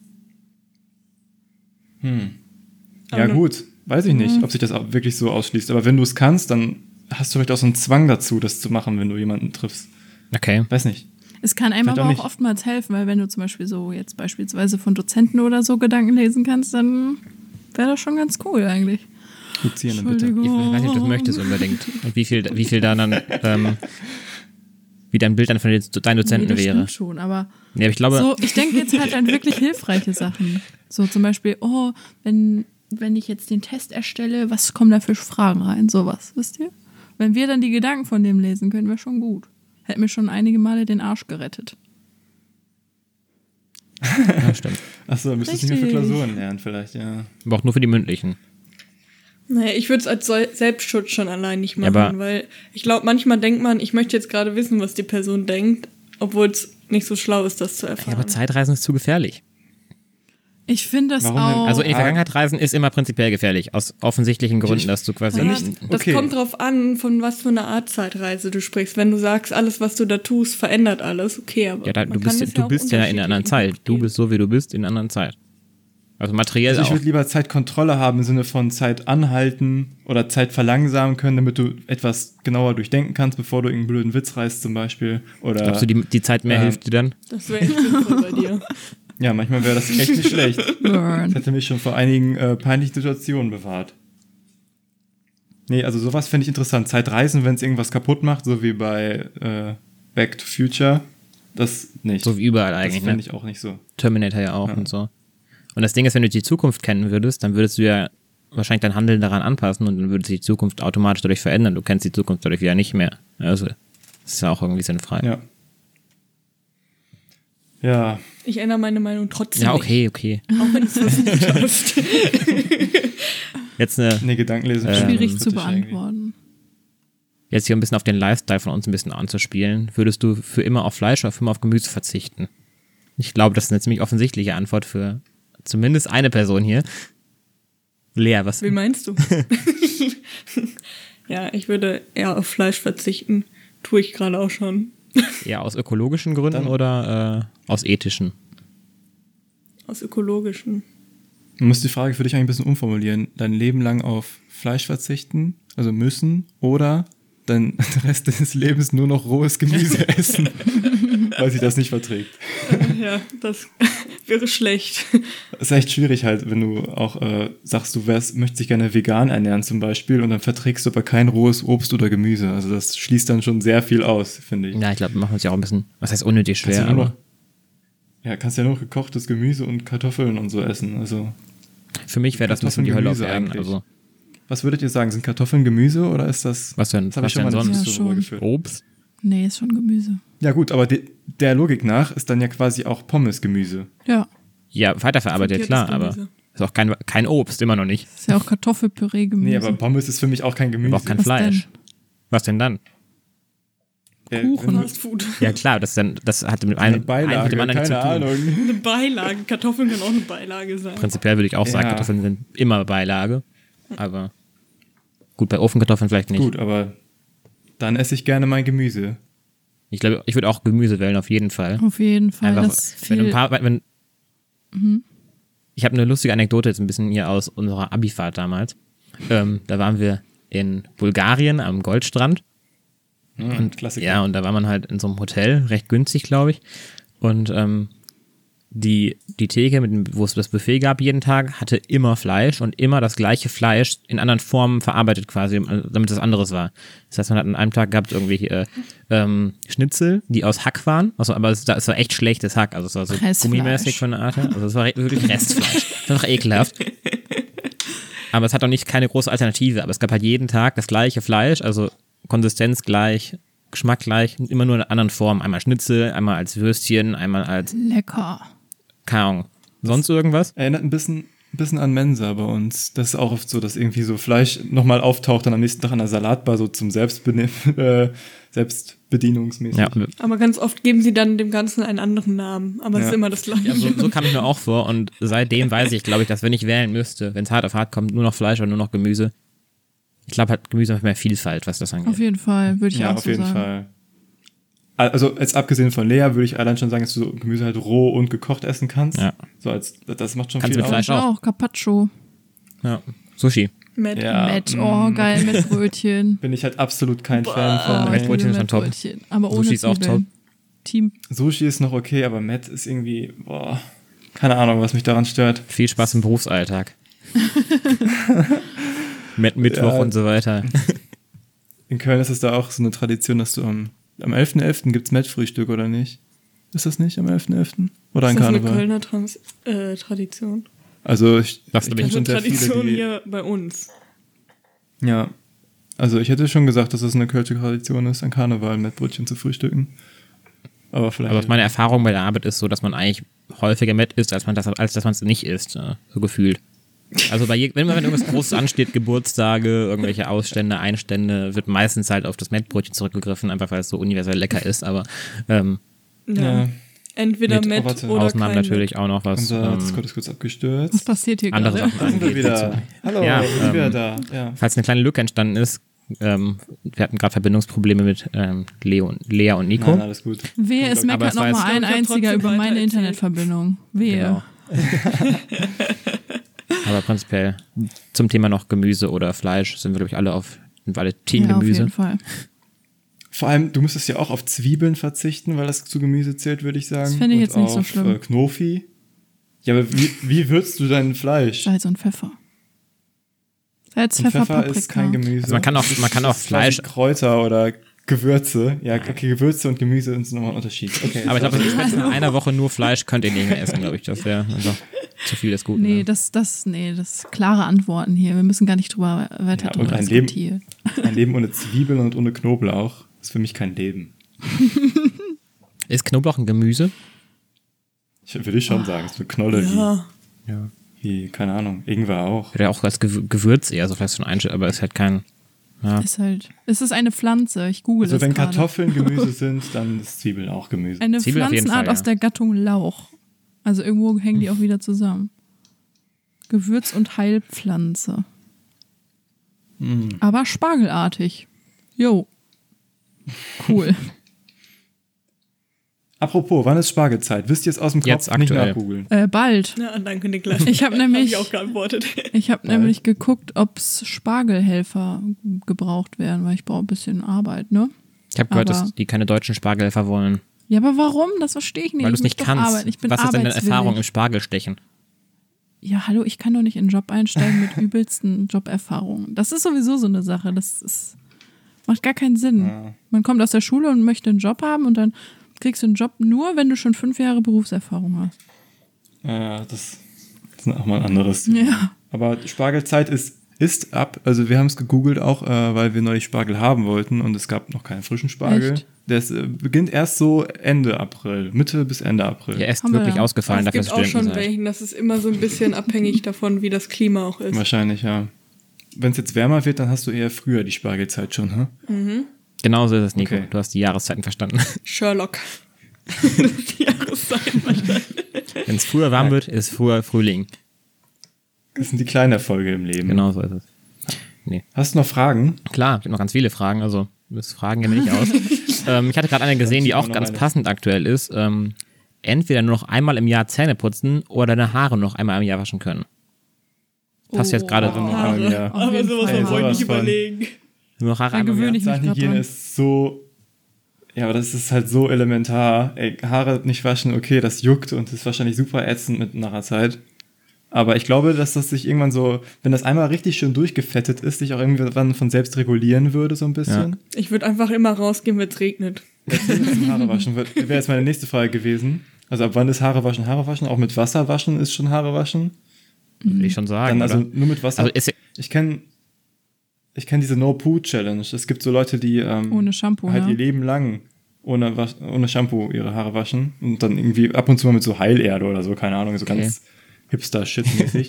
Ja gut, weiß ich nicht, ob sich das auch wirklich so ausschließt. Aber wenn du es kannst, dann hast du vielleicht auch so einen Zwang dazu, das zu machen, wenn du jemanden triffst. Okay. Weiß nicht. Es kann einem aber auch oftmals helfen, weil wenn du zum Beispiel so jetzt beispielsweise von Dozenten oder so Gedanken lesen kannst, dann wäre das schon ganz cool eigentlich. Entschuldigung. Bitte. Ich weiß nicht, ob du das möchtest unbedingt. Und wie viel da dann wie dein Bild dann von deinen Dozenten das wäre. Stimmt schon, aber ja, ich glaube, so, ich denke jetzt halt an wirklich hilfreiche Sachen. So zum Beispiel, wenn ich jetzt den Test erstelle, was kommen da für Fragen rein? Sowas, wisst ihr? Wenn wir dann die Gedanken von dem lesen können, wäre schon gut. Hätte mir schon einige Male den Arsch gerettet. Ja, stimmt. Achso, dann müsstest du nicht mehr für Klausuren lernen vielleicht, ja. Aber auch nur für die mündlichen. Naja, ich würde es als Selbstschutz schon allein nicht machen, weil ich glaube, manchmal denkt man, ich möchte jetzt gerade wissen, was die Person denkt, obwohl es nicht so schlau ist, das zu erfahren. Ja, aber Zeitreisen ist zu gefährlich. Ich finde das Warum auch. Also in die Vergangenheit reisen ist immer prinzipiell gefährlich, aus offensichtlichen Gründen, dass du quasi Ja, das kommt drauf an, von was für einer Art Zeitreise du sprichst. Wenn du sagst, alles, was du da tust, verändert alles, okay, aber ja, du bist ja in einer anderen Zeit. Du bist so, wie du bist, in einer anderen Zeit. Also materiell also ich auch. würde lieber Zeitkontrolle haben im Sinne von Zeit anhalten oder Zeit verlangsamen können, damit du etwas genauer durchdenken kannst, bevor du irgendeinen blöden Witz reißt zum Beispiel. Oder, glaubst du, die Zeit mehr hilft dir dann? Das wäre echt sinnvoll bei dir. Ja, manchmal wäre das echt nicht schlecht. Burn. Das hätte mich schon vor einigen peinlichen Situationen bewahrt. Nee, also sowas finde ich interessant. Zeitreisen, wenn es irgendwas kaputt macht, so wie bei Back to Future, das nicht. So wie überall eigentlich, das finde ich auch nicht so. Terminator ja auch und so. Und das Ding ist, wenn du die Zukunft kennen würdest, dann würdest du ja wahrscheinlich dein Handeln daran anpassen und dann würde sich die Zukunft automatisch dadurch verändern. Du kennst die Zukunft dadurch wieder nicht mehr. Also, das ist ja auch irgendwie sinnfrei. Ja. Ja. Ich ändere meine Meinung trotzdem. Ja, okay. Nicht. Auch wenn es versucht hast. Jetzt eine Gedankenlesen. Schwierig zu beantworten. Jetzt hier ein bisschen auf den Lifestyle von uns ein bisschen anzuspielen. Würdest du für immer auf Fleisch oder für immer auf Gemüse verzichten? Ich glaube, das ist eine ziemlich offensichtliche Antwort für zumindest eine Person hier. Lea, was? Wen meinst du? Ja, ich würde eher auf Fleisch verzichten. Tue ich gerade auch schon. Eher aus ökologischen Gründen Dann- oder aus ethischen? Aus ökologischen. Du musst die Frage für dich eigentlich ein bisschen umformulieren. Dein Leben lang auf Fleisch verzichten, also müssen, oder den Rest des Lebens nur noch rohes Gemüse essen, weil sie das nicht verträgt. Ja, das wäre schlecht. Das ist echt schwierig halt, wenn du auch sagst, du möchtest dich gerne vegan ernähren zum Beispiel und dann verträgst du aber kein rohes Obst oder Gemüse. Also das schließt dann schon sehr viel aus, finde ich. Ja, ich glaube, wir machen uns ja auch ein bisschen, was heißt unnötig Kannst schwer, du nur aber noch, ja, kannst ja nur noch gekochtes Gemüse und Kartoffeln und so essen. Also für mich wäre das ein bisschen die Hölle auf Kartoffeln, Erden. Gemüse Also, was würdet ihr sagen? Sind Kartoffeln Gemüse oder ist das... was denn, Das habe ich was schon denn mal sonst? nicht Ja, so schon. rübergeführt. Obst? Nee, ist schon Gemüse. Ja gut, aber der Logik nach ist dann ja quasi auch Pommes Gemüse. Ja, Ja, weiterverarbeitet, Fundiertes klar, aber Gemüse. ist auch kein Obst, immer noch nicht. ist ja auch Kartoffelpüree-Gemüse. Nee, aber Pommes ist für mich auch kein Gemüse. Aber auch kein Was Fleisch. denn? Was denn dann? Kuchen. Fast Food. Ja klar, das hat mit Eine einem mit Beilage, dem anderen nichts keine zu tun. Ahnung. Eine Beilage. Kartoffeln können auch eine Beilage sein. Prinzipiell würde ich auch sagen, Ja. Kartoffeln sind immer Beilage. Aber gut, bei Ofenkartoffeln vielleicht nicht. Gut, aber dann esse ich gerne mein Gemüse. Ich glaube, ich würde auch Gemüse wählen, auf jeden Fall. Auf jeden Fall. Einfach, Das ist wenn du viel, Ich habe eine lustige Anekdote jetzt ein bisschen hier aus unserer Abifahrt damals. Da waren wir in Bulgarien am Goldstrand. Und Klassiker. Ja, und da war man halt in so einem Hotel, recht günstig, glaube ich. Und die Theke, wo es das Buffet gab jeden Tag, hatte immer Fleisch und immer das gleiche Fleisch in anderen Formen verarbeitet quasi, damit es anderes war. Das heißt, man hat an einem Tag gehabt irgendwie Schnitzel, die aus Hack waren, also, aber es war echt schlechtes Hack, also es war so Pressfleisch. gummimäßig von der Art her. Also es war wirklich Restfleisch. Das war doch ekelhaft. Aber es hat auch nicht keine große Alternative, aber es gab halt jeden Tag das gleiche Fleisch, also Konsistenz gleich, Geschmack gleich, immer nur in einer anderen Form. Einmal Schnitzel, einmal als Würstchen, einmal als, lecker. keine Ahnung, sonst irgendwas? Erinnert ein bisschen an Mensa bei uns. Das ist auch oft so, dass irgendwie so Fleisch nochmal auftaucht, dann am nächsten Tag an der Salatbar so zum Selbstbedienungsmäßig. Ja, Aber ganz oft geben sie dann dem Ganzen einen anderen Namen. Aber es Ja. ist immer das Gleiche. ja so kam ich mir auch vor und seitdem weiß ich, glaube ich, dass wenn ich wählen müsste, wenn es hart auf hart kommt, nur noch Fleisch oder nur noch Gemüse. Ich glaube, halt Gemüse hat mehr Vielfalt, was das angeht. Auf jeden Fall, würde ich Ja, auch auf so jeden sagen. Fall. Also jetzt abgesehen von Lea würde ich allein schon sagen, dass du so Gemüse halt roh und gekocht essen kannst. Ja. So das macht schon Kannst viel mit Fleisch aus. auch. Auch Carpaccio. Ja. Sushi. Matt. Ja, Met, oh geil, mit Brötchen. bin ich halt absolut kein Fan Oh, von. Met ich Brötchen liebe ist schon top. Mettbrötchen, aber ohne Sushi ist auch Zwiebeln. Team. Sushi ist noch okay, aber Met ist irgendwie, keine Ahnung, was mich daran stört. Viel Spaß im Berufsalltag. Mit Mittwoch Ja. und so weiter. In Köln ist es da auch so eine Tradition, dass du am 11.11. gibt's Met-Frühstück, oder nicht? Ist das nicht am 11.11.? Oder an Das ist eine Karneval? Kölner Tradition. Also ich Das kenn bin Das schon ist eine sehr viele, Tradition die, hier bei uns. ja. Also ich hätte schon gesagt, dass es eine Kölsche Tradition ist, an Karneval Mettbrötchen zu frühstücken. Aber vielleicht. Aber meine Erfahrung bei der Arbeit ist so, dass man eigentlich häufiger Met isst, als dass man es nicht isst, so gefühlt. Also wenn irgendwas Großes ansteht, Geburtstage, irgendwelche Ausstände, Einstände, wird meistens halt auf das Mettbrötchen zurückgegriffen, einfach weil es so universell lecker ist, aber ja. Entweder Mit Met oder Ausnahmen kein natürlich auch noch was. Unser Discord ist kurz Was abgestürzt. passiert hier andere gerade? Sachen Da sind wir angeht. wieder. Hallo, Ja, wir sind wieder da. Ja. Falls eine kleine Lücke entstanden ist, wir hatten gerade Verbindungsprobleme mit Lea und Nico. Nein, alles gut. Wehe, es Aber meckert es war nochmal jetzt- ein einziger trotzdem über weiter meine erzählen. Internetverbindung. Wehe. Genau. Aber prinzipiell zum Thema noch Gemüse oder Fleisch sind wir, glaube ich, alle Team Ja, auf Gemüse. jeden Fall. Vor allem, du müsstest ja auch auf Zwiebeln verzichten, weil das zu Gemüse zählt, würde ich sagen. Das fände ich Und jetzt nicht so auf, schlimm. Knofi. Ja, aber wie würzt du dein Fleisch? Salz und Pfeffer. Salz, Und Pfeffer, Pfeffer Paprika. ist kein Gemüse. Also man kann auch Das ist Fleisch, quasi Kräuter oder Gewürze. Ja, okay, Gewürze und Gemüse sind nochmal ein Unterschied. Okay, aber ich glaube, sorry. in einer Woche nur Fleisch könnt ihr nicht mehr essen, glaube ich. Das wäre einfach zu viel des Guten. Nee, ne? das klare Antworten hier. Wir müssen gar nicht weiter Ja, drüber und ein Leben- diskutieren. Ein Leben ohne Zwiebeln und ohne Knoblauch ist für mich kein Leben. Ist Knoblauch ein Gemüse? Würde ich schon sagen. Es ist eine Knolle Ja. Ja. wie, keine Ahnung, Ingwer auch. Oder auch als Gewürz eher, so vielleicht so ein Einschnitt, aber ist halt kein. Ja. Es ist eine Pflanze. Ich google Also das wenn gerade. Kartoffeln Gemüse sind, dann ist Zwiebeln auch Gemüse. Eine Zwiebel auf jeden Pflanzenart Fall, aus ja. der Gattung Lauch. Also irgendwo hängen die auch wieder zusammen. Gewürz- und Heilpflanze. Hm. Aber spargelartig. Jo. Cool. Apropos, wann ist Spargelzeit? Wisst ihr es aus dem Kopf? Jetzt Nicht aktuell. nachgoogeln. Bald. Ja, danke, Niklas. Ich habe Hab nämlich, ich auch geantwortet. ich hab nämlich geguckt, ob Spargelhelfer gebraucht werden, weil ich brauche ein bisschen Arbeit, ne? Ich habe gehört, Aber- dass die keine deutschen Spargelhelfer wollen, Ja, aber warum? Das verstehe ich nicht. weil du es Ich nicht möchte doch kannst. arbeiten. Ich bin Was ist denn deine arbeitswillig. Erfahrung im Spargelstechen? Ja, hallo, ich kann doch nicht in einen Job einsteigen mit übelsten Joberfahrungen. Das ist sowieso so eine Sache. Macht gar keinen Sinn. Ja. Man kommt aus der Schule und möchte einen Job haben und dann kriegst du einen Job nur, wenn du schon 5 Jahre Berufserfahrung hast. Ja, das ist auch mal ein anderes. Ja. Aber Spargelzeit ist ab. Also wir haben es gegoogelt auch, weil wir neulich Spargel haben wollten und es gab noch keinen frischen Spargel. Echt? Der beginnt erst so Ende April, Mitte bis Ende April. Ja, er ist Haben wir wirklich ja. ausgefallen, Es dafür gibt dass auch Studenten schon seid. welchen, das ist immer so ein bisschen abhängig davon, wie das Klima auch ist. Wahrscheinlich, ja. Wenn es jetzt wärmer wird, dann hast du eher früher die Spargelzeit schon, hm? Genau so ist es, Nico. Okay. Du hast die Jahreszeiten verstanden. Sherlock. Das ist die Jahreszeit wahrscheinlich. Wenn es früher warm wird, ist früher Frühling. Das sind die kleinen Erfolge im Leben. Genau so ist es. Nee. Hast du noch Fragen? Klar, ich habe noch ganz viele Fragen, also das Fragen gehen mir nicht aus. Ich hatte gerade eine gesehen, die auch ganz passend aktuell ist. Entweder nur noch einmal im Jahr Zähne putzen oder deine Haare noch einmal im Jahr waschen können. Passt jetzt gerade Haare. Haare. Ja. Auf Aber jeden sowas Fall. von wollte ich nicht Sowas von. überlegen. nur noch Haare Da einmal im Jahr. gewöhne ich mich gerade Zahnhygiene dran. ist so. Ja, aber das ist halt so elementar. Ey, Haare nicht waschen, okay, das juckt und ist wahrscheinlich super ätzend mit nach einer Zeit. Aber ich glaube, dass das sich irgendwann so, wenn das einmal richtig schön durchgefettet ist, sich auch irgendwann von selbst regulieren würde, so ein bisschen. Ich würde einfach immer rausgehen, wenn es regnet. Jetzt Haare waschen wäre jetzt meine nächste Frage gewesen. Also ab wann ist Haare waschen? Haare waschen? Auch mit Wasser waschen ist schon Haare waschen? Würde ich schon sagen, Dann also oder? nur mit Wasser. Also ist, Ich kenne diese No-Poo-Challenge. Es gibt so Leute, die Ohne Shampoo, halt ne? ihr Leben lang ohne Shampoo ihre Haare waschen und dann irgendwie ab und zu mal mit so Heilerde oder so, keine Ahnung, so Okay. ganz Hipster-Shit-mäßig.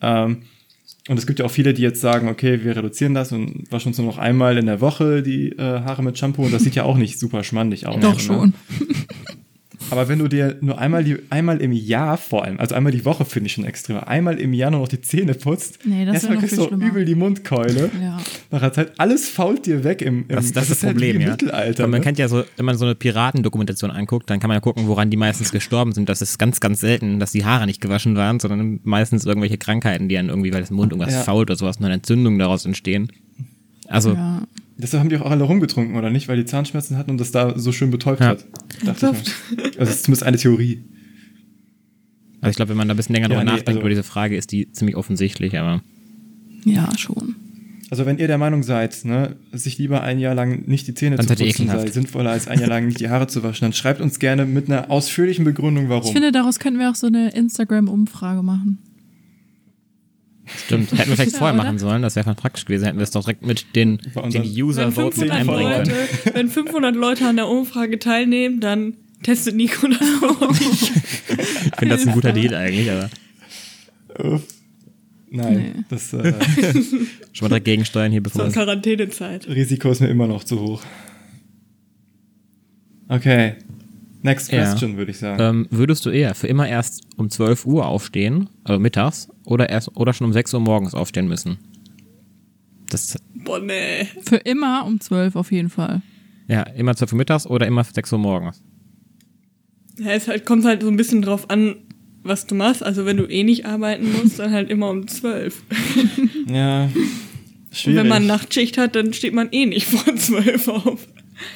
Und es gibt ja auch viele, die jetzt sagen, okay, wir reduzieren das und waschen uns nur noch einmal in der Woche die Haare mit Shampoo und das sieht ja auch nicht super schmandig aus. Doch ne? schon. Aber wenn du dir nur einmal im Jahr vor allem, also einmal die Woche finde ich schon extrem, einmal im Jahr nur noch die Zähne putzt, Nee, das ist ja erstmal noch kriegst viel du auch schlimmer. übel die Mundkeule. Ja. Nach einer Zeit, alles fault dir weg das ist das halt Problem, wie im ja. Mittelalter. Weil man ne? kennt ja so, wenn man so eine Piratendokumentation anguckt, dann kann man ja gucken, woran die meistens gestorben sind. Das ist ganz, ganz selten, dass die Haare nicht gewaschen waren, sondern meistens irgendwelche Krankheiten, die dann irgendwie, weil das Mund irgendwas Ja. fault oder sowas, nur eine Entzündung daraus entstehen. Also, Ja. Deshalb haben die auch alle rumgetrunken, oder nicht? Weil die Zahnschmerzen hatten und das da so schön betäubt Ja. hat. Dachte ich mir. Also das ist zumindest eine Theorie. ich glaube, wenn man da ein bisschen länger Ja, drüber nee, nachdenkt also- über diese Frage, ist die ziemlich offensichtlich, aber Ja, schon. Also wenn ihr der Meinung seid, ne, sich lieber ein Jahr lang nicht die Zähne Dann zu seid ihr putzen sei ekelhaft. sinnvoller als ein Jahr lang nicht die Haare zu waschen, dann schreibt uns gerne mit einer ausführlichen Begründung, warum. Ich finde, daraus könnten wir auch so eine Instagram-Umfrage machen. stimmt, hätten wir vielleicht Ja, vorher oder? machen sollen, das wäre voll praktisch gewesen, hätten wir es doch direkt mit den Bei unseren- User-Votes mit 500 einbringen Leute, können. wenn 500 Leute an der Umfrage teilnehmen, dann testet Nico das auch. Ich finde das ein guter Deal eigentlich, aber Nein, Nee. das schon mal direkt gegensteuern hier, bevor Zur wir Quarantänezeit. Risiko ist mir immer noch zu hoch. Okay, next Ja. question, würde ich sagen. würdest du eher für immer erst um 12 Uhr aufstehen, also mittags, oder schon um 6 Uhr morgens aufstehen müssen? Das, Boah, nee. Für immer um 12 auf jeden Fall. ja, immer 12 Uhr mittags oder immer 6 Uhr morgens. Ja, kommt halt so ein bisschen drauf an, was du machst. Also wenn du eh nicht arbeiten musst, dann halt immer um 12. Ja, Und schwierig. wenn man Nachtschicht hat, dann steht man eh nicht vor 12 auf.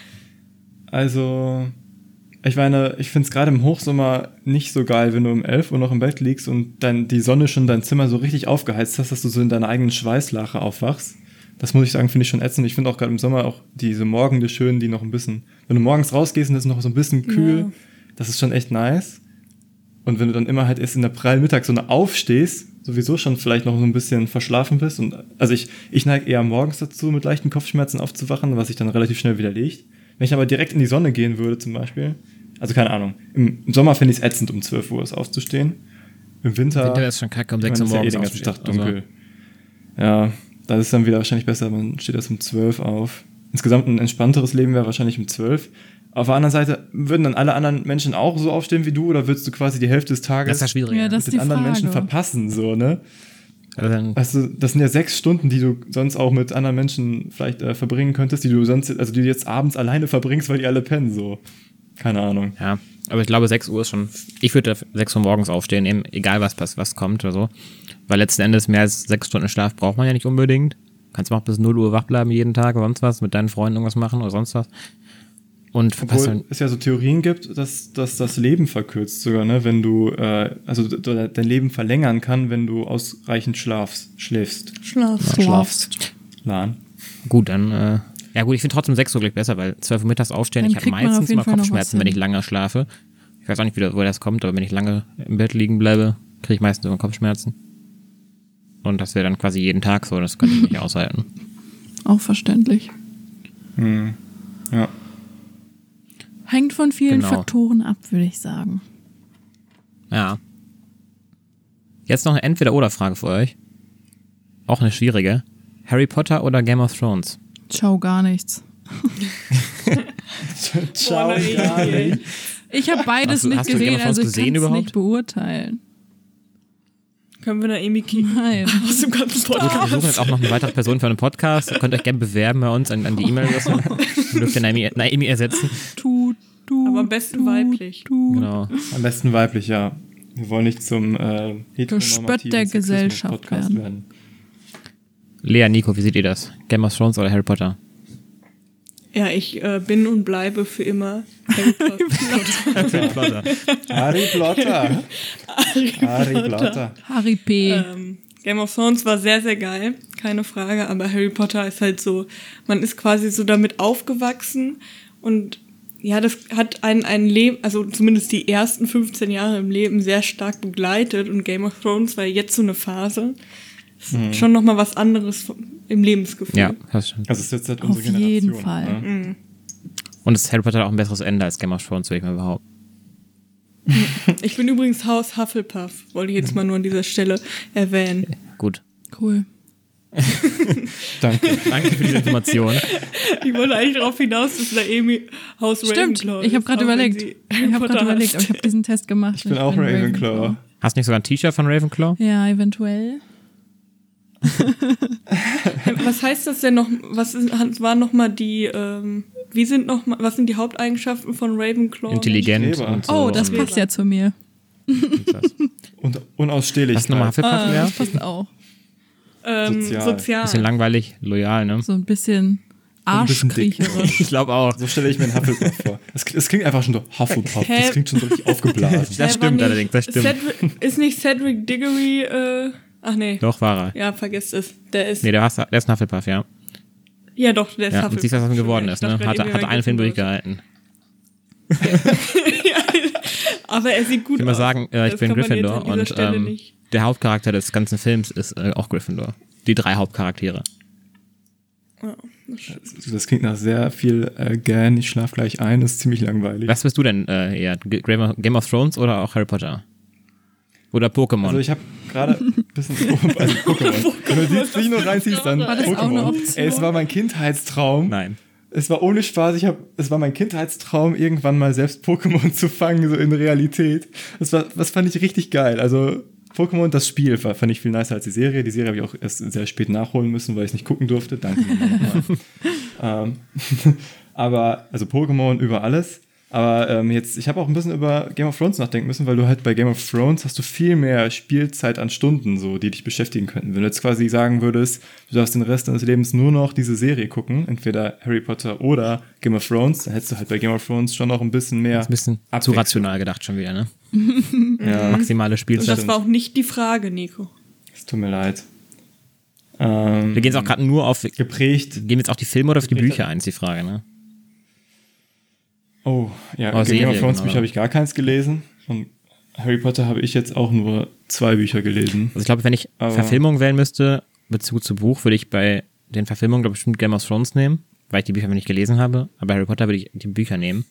Also, ich meine, ich finde es gerade im Hochsommer nicht so geil, wenn du um 11 Uhr noch im Bett liegst und dann die Sonne schon dein Zimmer so richtig aufgeheizt hast, dass du so in deiner eigenen Schweißlache aufwachst. Das muss ich sagen, finde ich schon ätzend. Ich finde auch gerade im Sommer auch diese Morgende schön, die noch ein bisschen, wenn du morgens rausgehst und es ist noch so ein bisschen kühl, Ja. das ist schon echt nice. Und wenn du dann immer halt erst in der prallen Mittagssonne aufstehst, sowieso schon vielleicht noch so ein bisschen verschlafen bist und, also ich neige eher morgens dazu, mit leichten Kopfschmerzen aufzuwachen, was sich dann relativ schnell widerlegt. Wenn ich aber direkt in die Sonne gehen würde zum Beispiel, also keine Ahnung, im Sommer finde ich es ätzend, um 12 Uhr aufzustehen. Im Winter, Winter ist schon kacke, um ich 6 Uhr meine, ist morgens ja den ganzen aufstehen. Tag dunkel. Ja, das ist dann wieder wahrscheinlich besser, man steht erst um 12 auf. Insgesamt ein entspannteres Leben wäre wahrscheinlich um 12. Auf der anderen Seite, würden dann alle anderen Menschen auch so aufstehen wie du oder würdest du quasi die Hälfte des Tages Das ist ja schwierig. Ja, das mit ist den die anderen Frage. Menschen verpassen, so, ne? Also dann, Also, das sind ja 6 Stunden, die du sonst auch mit anderen Menschen vielleicht verbringen könntest, die du sonst, also die du jetzt abends alleine verbringst, weil die alle pennen, so. Keine Ahnung. Ja, aber ich glaube 6 Uhr ist schon, ich würde 6 Uhr morgens aufstehen, eben, egal was kommt oder so. Weil letzten Endes mehr als 6 Stunden Schlaf braucht man ja nicht unbedingt. Kannst mal auch bis 0 Uhr wach bleiben jeden Tag oder sonst was, mit deinen Freunden irgendwas machen oder sonst was. Und obwohl es ja so Theorien gibt, dass das Leben verkürzt sogar, ne? Wenn du, also dein Leben verlängern kann, wenn du ausreichend schläfst. Lan. Gut, dann, ja gut, ich finde trotzdem 6 Uhr gleich besser, weil 12 Uhr mittags aufstehen, Dann ich habe kriegt man auf meistens jeden immer Fall noch Kopfschmerzen, was wenn ich hin. lange schlafe. Ich weiß auch nicht, woher das kommt, aber wenn ich lange im Bett liegen bleibe, kriege ich meistens immer Kopfschmerzen. Und das wäre dann quasi jeden Tag so, das könnte ich nicht aushalten. Auch verständlich. Ja. Hängt von vielen Genau. Faktoren ab, würde ich sagen. Ja. Jetzt noch eine Entweder-oder-Frage für euch. Auch eine schwierige. Harry Potter oder Game of Thrones? Ciao, gar nichts. Ciao, nein. gar nicht. Ich habe beides Hast du nicht Game of gesehen, Thrones also ich gesehen kann es überhaupt? nicht beurteilen. Können wir da Amy kicken? Nein. Aus dem ganzen Wir Podcast. suchen jetzt auch noch eine weitere Person für einen Podcast. Ihr könnt euch gerne bewerben bei uns an die E-Mail-Adresse. Dann dürft ihr Naomi ersetzen. Aber am besten weiblich. Genau. Am besten weiblich, ja. Wir wollen nicht zum Gespött der Gesellschaft Podcast werden. Lea, Nico, wie seht ihr das? Game of Thrones oder Harry Potter? Ja, ich bin und bleibe für immer Harry Potter. Harry Potter. Harry Potter. Harry P. Game of Thrones war sehr, sehr geil, keine Frage, aber Harry Potter ist halt so, man ist quasi so damit aufgewachsen und ja, das hat ein Leben, also zumindest die ersten 15 Jahre im Leben sehr stark begleitet und Game of Thrones war jetzt so eine Phase. Ist schon nochmal was anderes im Lebensgefühl. Ja, das stimmt. Also es ist jetzt halt Auf unsere Generation. jeden Fall. Ne? Und das Harry Potter hat auch ein besseres Ende als Game of Thrones, würde ich mal behaupten. Ich bin übrigens Haus Hufflepuff, wollte ich jetzt mal nur an dieser Stelle erwähnen. Gut. Cool. Danke. Danke für diese Information. Ich wollte eigentlich darauf hinaus, dass da Amy Haus Stimmt, Ravenclaw ich habe gerade auch wenn überlegt. sie Ich Harry habe Potter gerade überlegt, aber hasst. ich habe diesen Test gemacht. Ich bin auch Ravenclaw. Hast du nicht sogar ein T-Shirt von Ravenclaw? Ja, eventuell. Was heißt das denn noch? Was waren noch mal die? Was sind die Haupteigenschaften von Ravenclaw? Intelligent Streber. und so. Oh, das und passt ja zu mir. Und unausstehlich. Hast du nochmal Hufflepuff, Lea? Das passt auch. Sozial. Bisschen langweilig, loyal, ne? So ein bisschen ein bisschen dick. arschkriecherisch. Ich glaube auch. So stelle ich mir einen Hufflepuff vor. Das klingt einfach schon so Hufflepuff. Hä? Das klingt schon so richtig aufgeblasen. Das stimmt allerdings, das stimmt. Ist nicht Cedric Diggory, ach nee. Doch, war er. Ja, vergesst es. Der ist, Nee, der ist ein Hufflepuff, ja. ja doch, der ist Ja, Hufflepuff. und siehst du, was aus ihm geworden Ich ist, ne? dachte Hat gerade, einen irgendwie Film wäre durchgehalten. Aber er sieht gut Ich will mal aus. sagen, ich Das bin kann man Gryffindor jetzt an dieser und Stelle nicht. der Hauptcharakter des ganzen Films ist auch Gryffindor. Die 3 Hauptcharaktere. Ja. Das klingt nach sehr viel Gan, ich schlaf gleich ein, das ist ziemlich langweilig. Was bist du denn eher? Game of Thrones oder auch Harry Potter? Oder Pokémon? Also ich habe gerade ein bisschen Pokémon. Wenn du die noch reinziehst, dann War das auch eine Pokémon. Option? Ey, es war mein Kindheitstraum. Nein. Es war ohne Spaß, es war mein Kindheitstraum, irgendwann mal selbst Pokémon zu fangen, so in Realität. Das fand ich richtig geil. Also Pokémon, das Spiel, fand ich viel nicer als die Serie. Die Serie habe ich auch erst sehr spät nachholen müssen, weil ich es nicht gucken durfte. Danke nochmal. Aber, also Pokémon über alles. Aber ich habe auch ein bisschen über Game of Thrones nachdenken müssen, weil du halt bei Game of Thrones hast du viel mehr Spielzeit an Stunden, so, die dich beschäftigen könnten. Wenn du jetzt quasi sagen würdest, du darfst den Rest deines Lebens nur noch diese Serie gucken, entweder Harry Potter oder Game of Thrones, dann hättest du halt bei Game of Thrones schon noch ein bisschen mehr Ein bisschen zu Abwechslung. rational gedacht schon wieder, ne? Ja, Maximale Und Spielzeit. das war auch nicht die Frage, Nico. es tut mir leid. Wir gehen jetzt auch gerade nur auf. Geprägt. Gehen wir jetzt auf die Filme oder auf die Bücher ein, ist die Frage, ne? Oh, ja, Oh, Game of Serien, Thrones oder? Bücher habe ich gar keins gelesen. Und Harry Potter habe ich jetzt auch nur 2 Bücher gelesen. Also ich glaube, wenn ich Aber- Verfilmung wählen müsste, Bezug zu Buch, würde ich bei den Verfilmungen, glaube ich, bestimmt Game of Thrones nehmen, weil ich die Bücher nicht gelesen habe. Aber bei Harry Potter würde ich die Bücher nehmen.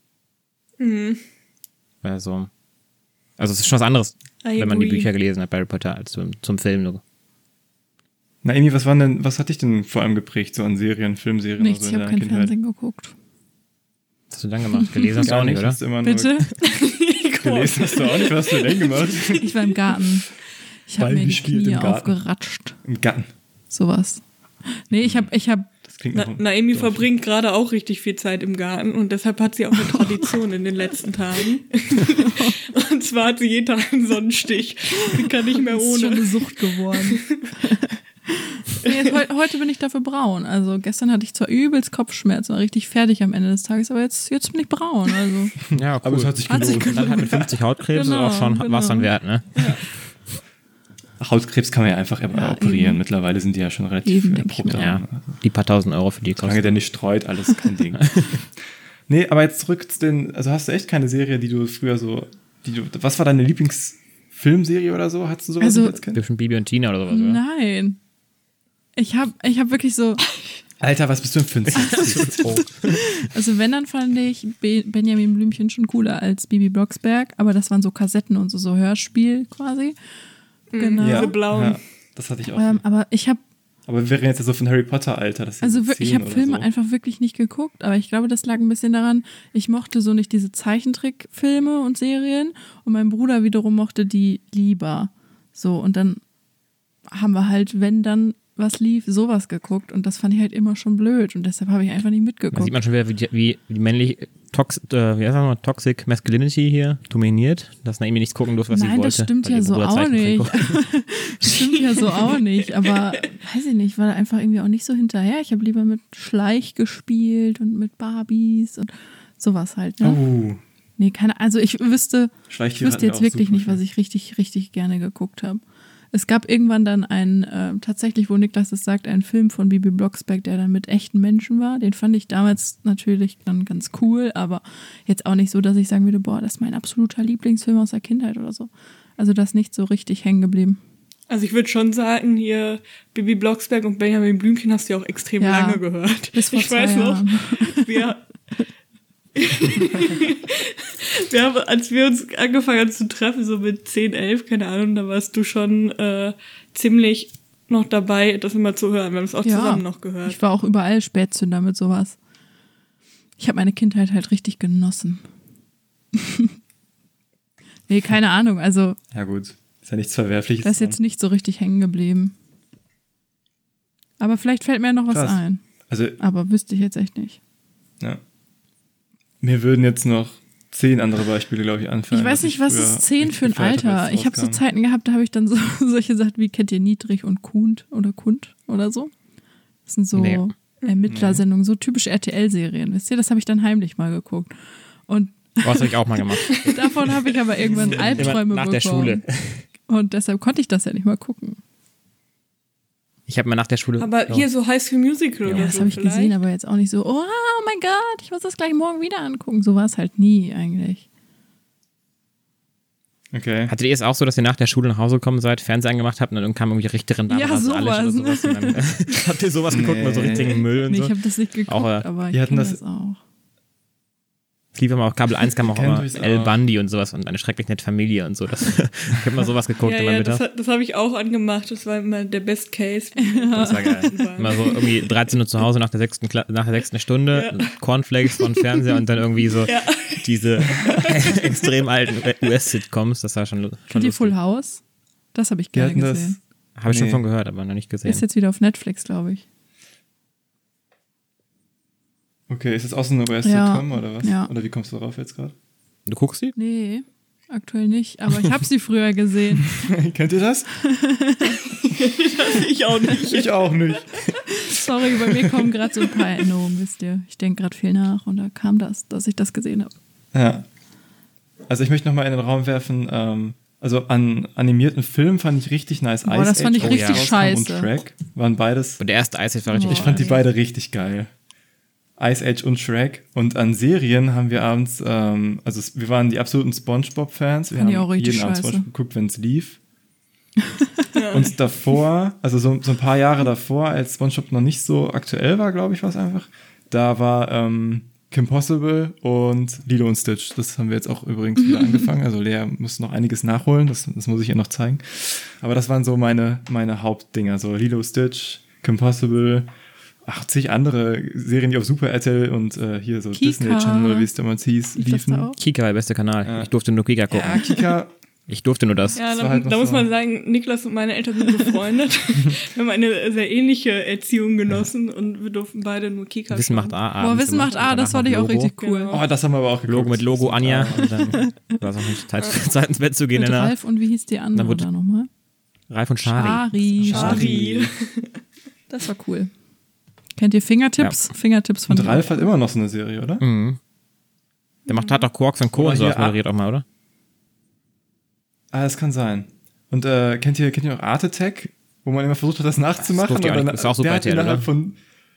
Also es ist schon was anderes, I wenn man die agree. Bücher gelesen hat bei Harry Potter, als zum Film. Na, Amy, was hat dich denn vor allem geprägt, so an Serien, Filmserien Nichts, oder ich so in habe deiner kein Kindheit? Fernsehen geguckt. Was hast du dann gemacht? Gelesen hast du auch nicht, oder? Hast du immer nur Bitte? gelesen hast du auch nicht, was hast du denn gemacht? Ich war im Garten. Ich habe Ball mir die gespielt Knie im Garten. aufgeratscht. Im Garten. Sowas. Nee, ich hab Naomi verbringt gerade auch richtig viel Zeit im Garten und deshalb hat sie auch eine Tradition in den letzten Tagen. Und zwar hat sie jeden Tag einen Sonnenstich. Die kann nicht mehr ohne. Das ist schon eine Sucht geworden. Heute bin ich dafür braun. Also gestern hatte ich zwar übelst Kopfschmerzen, war richtig fertig am Ende des Tages, aber jetzt bin ich braun. Also. Ja, cool. Aber es hat sich gelohnt. Und dann halt mit 50 Hautkrebs ist auch schon was dann wert, ne? Ja. Hautkrebs kann man ja einfach operieren. Eben. Mittlerweile sind die ja schon relativ Eben, Ja, die paar tausend Euro für die Solange kosten. der nicht streut, alles kein Ding. Nee, aber jetzt zurück zu den, also hast du echt keine Serie, die du früher so, was war deine Lieblingsfilmserie oder so? Hattest du sowas Also, als Kind? Bestimmt Bibi und Tina oder sowas, oder? Nein. Ich hab wirklich so, Alter, was bist du denn für ein also wenn, dann fand ich Benjamin Blümchen schon cooler als Bibi Blocksberg, aber das waren so Kassetten und so Hörspiel quasi. Genau. Diese blauen. Ja, das hatte ich auch. Aber ich habe Aber wir reden jetzt ja so von Harry Potter, Alter. Das ist Also ja ich habe 10 Filme oder so. einfach wirklich nicht geguckt, aber ich glaube, das lag ein bisschen daran, ich mochte so nicht diese Zeichentrickfilme und Serien und mein Bruder wiederum mochte die lieber. So, und dann haben wir halt, wenn dann was lief, sowas geguckt und das fand ich halt immer schon blöd und deshalb habe ich einfach nicht Da mitgeguckt. sieht man schon wieder, wie männlich Toxic Masculinity hier dominiert, dass Naomi nichts gucken durfte, was sie wollte. Nein, das stimmt weil ja ihr so Bruder auch Zeichentrick nicht. guckt. Stimmt ja so auch nicht, aber weiß ich nicht, war da einfach irgendwie auch nicht so hinterher. Ich habe lieber mit Schleich gespielt und mit Barbies und sowas halt. Ne? Oh, Nee, also ich wüsste Schleichtiere hatten jetzt wir auch wirklich super nicht, was viel. ich richtig, richtig gerne geguckt habe. Es gab irgendwann dann einen, tatsächlich, wo Niklas es sagt, einen Film von Bibi Blocksberg, der dann mit echten Menschen war. Den fand ich damals natürlich dann ganz cool, aber jetzt auch nicht so, dass ich sagen würde, boah, das ist mein absoluter Lieblingsfilm aus der Kindheit oder so. Also das ist nicht so richtig hängen geblieben. Also ich würde schon sagen, hier Bibi Blocksberg und Benjamin Blümchen hast du ja auch extrem Ja, lange gehört. bis vor Ich 2 weiß noch, Jahren. wir haben, als wir uns angefangen haben zu treffen, so mit 10, 11, keine Ahnung, da warst du schon ziemlich noch dabei, das immer zu hören. Wir haben es auch zusammen noch gehört. Ich war auch überall Spätzünder mit sowas. Ich habe meine Kindheit halt richtig genossen. Nee, keine Ahnung, also Ja gut, ist ja nichts Verwerfliches. das ist jetzt nicht so richtig hängen geblieben. Aber vielleicht fällt mir noch was Krass. ein. Also, Aber wüsste ich jetzt echt nicht. ja. Mir würden jetzt noch 10 andere Beispiele, glaube ich, anfallen. Ich weiß nicht, was ist 10 für ein gefeiert habe, Alter? als es Ich habe so rauskam. Zeiten gehabt, da habe ich dann so solche Sachen wie, kennt ihr Niedrig und Kund oder so? Das sind so Nee. Ermittlersendungen, so typische RTL-Serien, wisst ihr? Das habe ich dann heimlich mal geguckt. Und Oh, das habe ich auch mal gemacht. davon habe ich aber irgendwann Albträume nach bekommen. der Schule. Und deshalb konnte ich das ja nicht mal gucken. Ich habe mal nach der Schule... Aber hier so High School Musical Ja, oder das so habe ich vielleicht. gesehen, aber jetzt auch nicht so, oh mein Gott, ich muss das gleich morgen wieder angucken. So war es halt nie eigentlich. Okay. Hattet ihr es auch so, dass ihr nach der Schule nach Hause gekommen seid, Fernseher angemacht habt und dann kam irgendwie Richterin Barbara Ja, Salisch oder sowas, sowas? Und dann, habt ihr sowas geguckt mit so richtigen Müll und Nee, so? ich habe das nicht geguckt, Auch, aber ich wir hatten kenne das- das auch. Es lief immer auf Kabel 1, kam auch Kennt immer ich's El auch. Bundy und sowas und eine schrecklich nette Familie und so. Ich habe mal sowas geguckt Ja, immer ja, Mittag. das habe ich auch angemacht. Das war immer der Best Case. Das war geil. Immer so irgendwie 13 Uhr zu Hause nach der 6. Stunde, Cornflakes von Fernseher und dann irgendwie so diese extrem alten US-Sitcoms. Das war schon Kennt ihr lustig. Full House? Das habe ich Wir gerne hatten das. gesehen. Habe ich schon Nee. von gehört, aber noch nicht gesehen. Ist jetzt wieder auf Netflix, glaube ich. Okay, ist das auch so eine Ja. US-Sitcom oder was? Ja. Oder wie kommst du darauf jetzt gerade? Du guckst sie? Nee, aktuell nicht, aber ich habe sie früher gesehen. Kennt ihr das? Ich auch nicht. Ich auch nicht. Sorry, bei mir kommen gerade so ein paar Erinnerungen, wisst ihr. Ich denke gerade viel nach und da kam das, dass ich das gesehen habe. Ja. Also ich möchte nochmal in den Raum werfen, also an animierten Filmen fand ich richtig nice. Boah, das fand ich Age, richtig rauskam, scheiße. Und Shrek waren beides. Und der erste Ice Age war richtig. Boah. Ich fand die nee. beide richtig geil. Ice Age und Shrek. Und an Serien haben wir abends, wir waren die absoluten SpongeBob-Fans. Wir Fand ich haben auch richtig jeden Abend scheiße. SpongeBob geguckt, wenn es lief. Und davor, also so ein paar Jahre davor, als SpongeBob noch nicht so aktuell war, glaube ich, war es einfach, da war Kim Possible und Lilo und Stitch. Das haben wir jetzt auch übrigens wieder angefangen. Also Lea muss noch einiges nachholen, das muss ich ihr noch zeigen. Aber das waren so meine Hauptdinger. So Lilo, Stitch, Kim Possible, 80 andere Serien, die auf Super RTL und hier so Kika. Disney Channel oder wie es damals hieß, Lief das liefen. da auch? Kika war der beste Kanal. Ja. Ich durfte nur Kika gucken. Ja, Kika Ich durfte nur das. Ja, halt da muss man sagen, Niklas und meine Eltern sind befreundet. Wir haben eine sehr ähnliche Erziehung genossen und wir durften beide nur Kika Wissen schauen. macht A. Boah, Wissen macht A, das fand ich auch richtig cool. Genau. Oh, das haben wir aber auch geguckt. Logo mit Logo Anja. Und dann war es auch nicht Zeit ins Bett zu gehen. Mit danach. Ralf und wie hieß die andere da nochmal? Ralf und Shari. Shari. Das war cool. Kennt ihr Fingertips? Ja. Fingertips von Und Ralf hat immer noch so eine Serie, oder? Der hat doch Quarks und Co. Oder und so hier moderiert auch mal, oder? Ah, das kann sein. Und kennt ihr auch Art Attack? Wo man immer versucht hat, das nachzumachen. Das durfte ich auch und nicht. Das ist auch Super wer hat RTL, innerhalb oder? von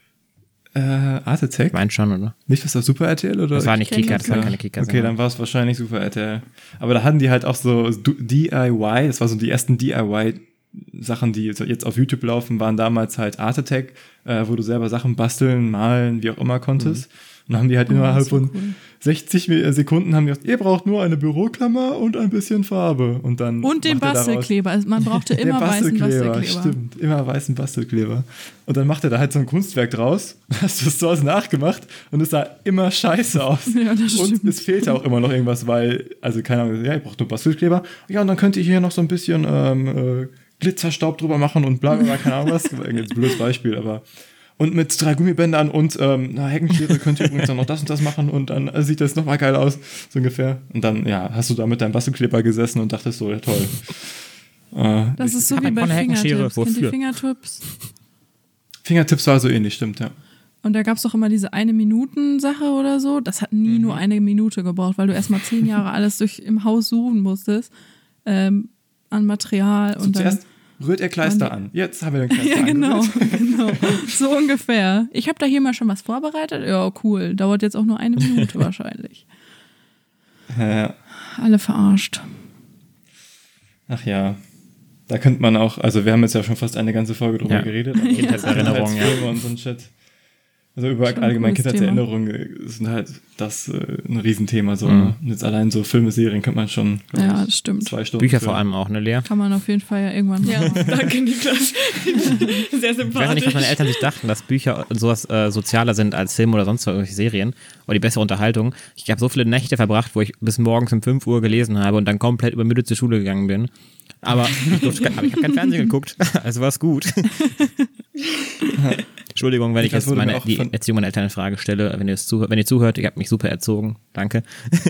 Art Attack? Ich meine schon, oder? Nicht, was das Super RTL? Oder? Das war nicht kenn Kika, das das war nicht. keine Kika. Okay, dann war es wahrscheinlich Super RTL. Aber da hatten die halt auch so DIY, das war so die ersten DIY-Sachen, die jetzt auf YouTube laufen, waren damals halt Art Attack, wo du selber Sachen basteln, malen, wie auch immer konntest. Und dann haben die halt innerhalb von 60 Sekunden haben die gesagt, ihr braucht nur eine Büroklammer und ein bisschen Farbe. Und den Und den Bastelkleber. Also man brauchte immer weißen Bastelkleber. Stimmt, immer weißen Bastelkleber. Und dann macht er da halt so ein Kunstwerk draus, hast du es so aus nachgemacht und es sah immer scheiße aus. Ja, das und stimmt. es fehlte auch immer noch irgendwas, weil, also keine Ahnung, ja, ich brauche nur Bastelkleber. Ja, und dann könnt ihr hier noch so ein bisschen Glitzerstaub drüber machen und bla bla bla, keine Ahnung was. Ein blödes Beispiel, aber. Und mit 3 Gummibändern und Heckenschere könnt ihr übrigens dann noch das und das machen und dann sieht das nochmal geil aus, so ungefähr. Und dann, ja, hast du da mit deinem Bastelkleber gesessen und dachtest so, ja toll. Das ist so hab wie eine bei Heckenschere. Fingertips. Kennt ihr Wofür? Fingertips? Fingertips war so ähnlich, stimmt, ja. Und da gab es doch immer diese 1-Minuten-Sache oder so. Das hat nie nur 1 Minute gebraucht, weil du erstmal 10 Jahre alles im Haus suchen musstest an Material. So, Und dann, zuerst rührt ihr Kleister an. Jetzt haben wir den Kleister ja, genau, angerührt. genau. So ungefähr. Ich habe da hier mal schon was vorbereitet. Ja, cool. Dauert jetzt auch nur 1 Minute wahrscheinlich. Ja. Alle verarscht. Ach ja. Da könnte man auch, also wir haben jetzt ja schon fast eine ganze Folge drüber Ja. geredet. aber Kindheitserinnerungen, ja. Kindheitsfilme und so ein Shit. Also über Schon ein allgemein cooles Kindheitserinnerungen sind halt das ein Riesenthema. So, ne? Und jetzt allein so Filme, Serien könnte man schon glaub Ja, ich, das stimmt. 2 Stunden Bücher füllen. vor allem auch, ne, Lea? Kann man auf jeden Fall ja irgendwann Ja, machen. danke Niklas. Sehr Ich weiß ja nicht, was sympathisch. meine Eltern sich dachten, dass Bücher und sowas sozialer sind als Filme oder sonst irgendwelche Serien oder die bessere Unterhaltung. Ich habe so viele Nächte verbracht, wo ich bis morgens um 5 Uhr gelesen habe und dann komplett übermüdet zur Schule gegangen bin. Aber ich habe kein Fernsehen geguckt, also war es gut. Entschuldigung, wenn ich Das jetzt wurde mir auch die von- Erziehung meiner Eltern in Frage stelle. Wenn ihr zuhört, ihr habt mich super erzogen. Danke.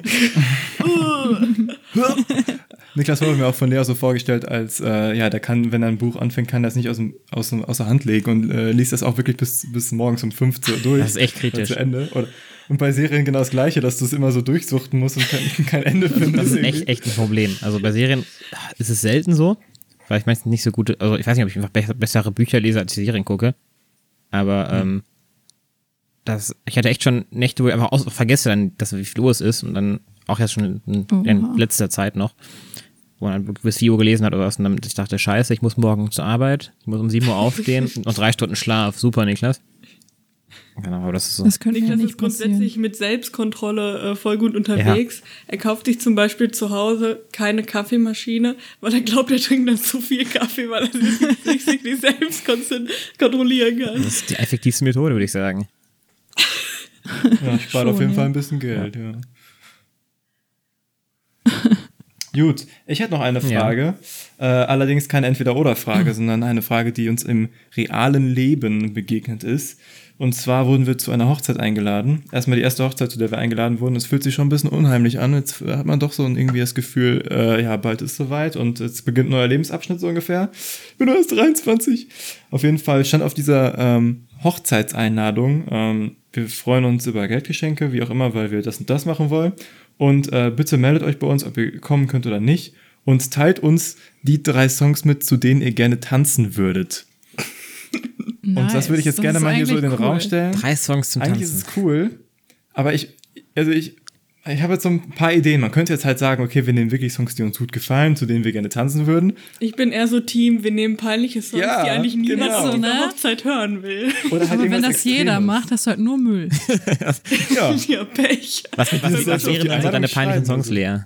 Niklas wurde mir auch von Lea so vorgestellt, als der kann, wenn er ein Buch anfängt, kann er es nicht aus der Hand legen und liest das auch wirklich bis morgens um 15 Uhr durch. Das ist echt kritisch. Zu Ende. Und bei Serien genau das Gleiche, dass du es immer so durchsuchten musst und kein Ende findest. Das ist irgendwie. echt ein Problem. Also bei Serien ist es selten so, weil ich meistens nicht so gute, also ich weiß nicht, ob ich einfach bessere Bücher lese, als die Serien gucke. Aber ich hatte echt schon Nächte, wo ich einfach vergesse dann, wie viel Uhr es ist und dann auch erst schon in letzter Zeit noch, wo man dann bis 4 Uhr gelesen hat oder was und dann ich dachte, scheiße, ich muss morgen zur Arbeit, ich muss um 7 Uhr aufstehen und 3 Stunden Schlaf. Super, Niklas. Genau, aber das ist so. Das könnte ja Niklas nicht ist grundsätzlich passieren. mit Selbstkontrolle voll gut unterwegs. Ja. Er kauft sich zum Beispiel zu Hause keine Kaffeemaschine, weil er glaubt, er trinkt dann zu viel Kaffee, weil er sich nicht selbst kontrollieren kann. Das ist die effektivste Methode, würde ich sagen. Ja, spart auf jeden Fall ein bisschen Geld, ja. Gut, ich hätte noch eine Frage. Allerdings keine Entweder-Oder-Frage, sondern eine Frage, die uns im realen Leben begegnet ist. Und zwar wurden wir zu einer Hochzeit eingeladen. Erstmal die erste Hochzeit, zu der wir eingeladen wurden. Es fühlt sich schon ein bisschen unheimlich an. Jetzt hat man doch so irgendwie das Gefühl, bald ist es soweit und jetzt beginnt ein neuer Lebensabschnitt so ungefähr. Ich bin erst 23. Auf jeden Fall stand auf dieser Hochzeitseinladung, wir freuen uns über Geldgeschenke, wie auch immer, weil wir das und das machen wollen. Und bitte meldet euch bei uns, ob ihr kommen könnt oder nicht. Und teilt uns die 3 Songs mit, zu denen ihr gerne tanzen würdet. Nice. Und das würde ich jetzt gerne mal hier so in den Raum stellen. 3 Songs zum Eigentlich Tanzen. ist es cool, aber ich habe jetzt so ein paar Ideen. Man könnte jetzt halt sagen, okay, wir nehmen wirklich Songs, die uns gut gefallen, zu denen wir gerne tanzen würden. Ich bin eher so Team, wir nehmen peinliche Songs, Ja, die eigentlich niemand genau. auf dieser Ne? Hochzeit hören will. Oder halt Aber wenn irgendwas das jeder Extremes. macht, hast du halt nur Müll. Ja. Ja, Pech. Was Das ist wären auf die denn so deine Einladung peinlichen Songs, schreiben, Lea?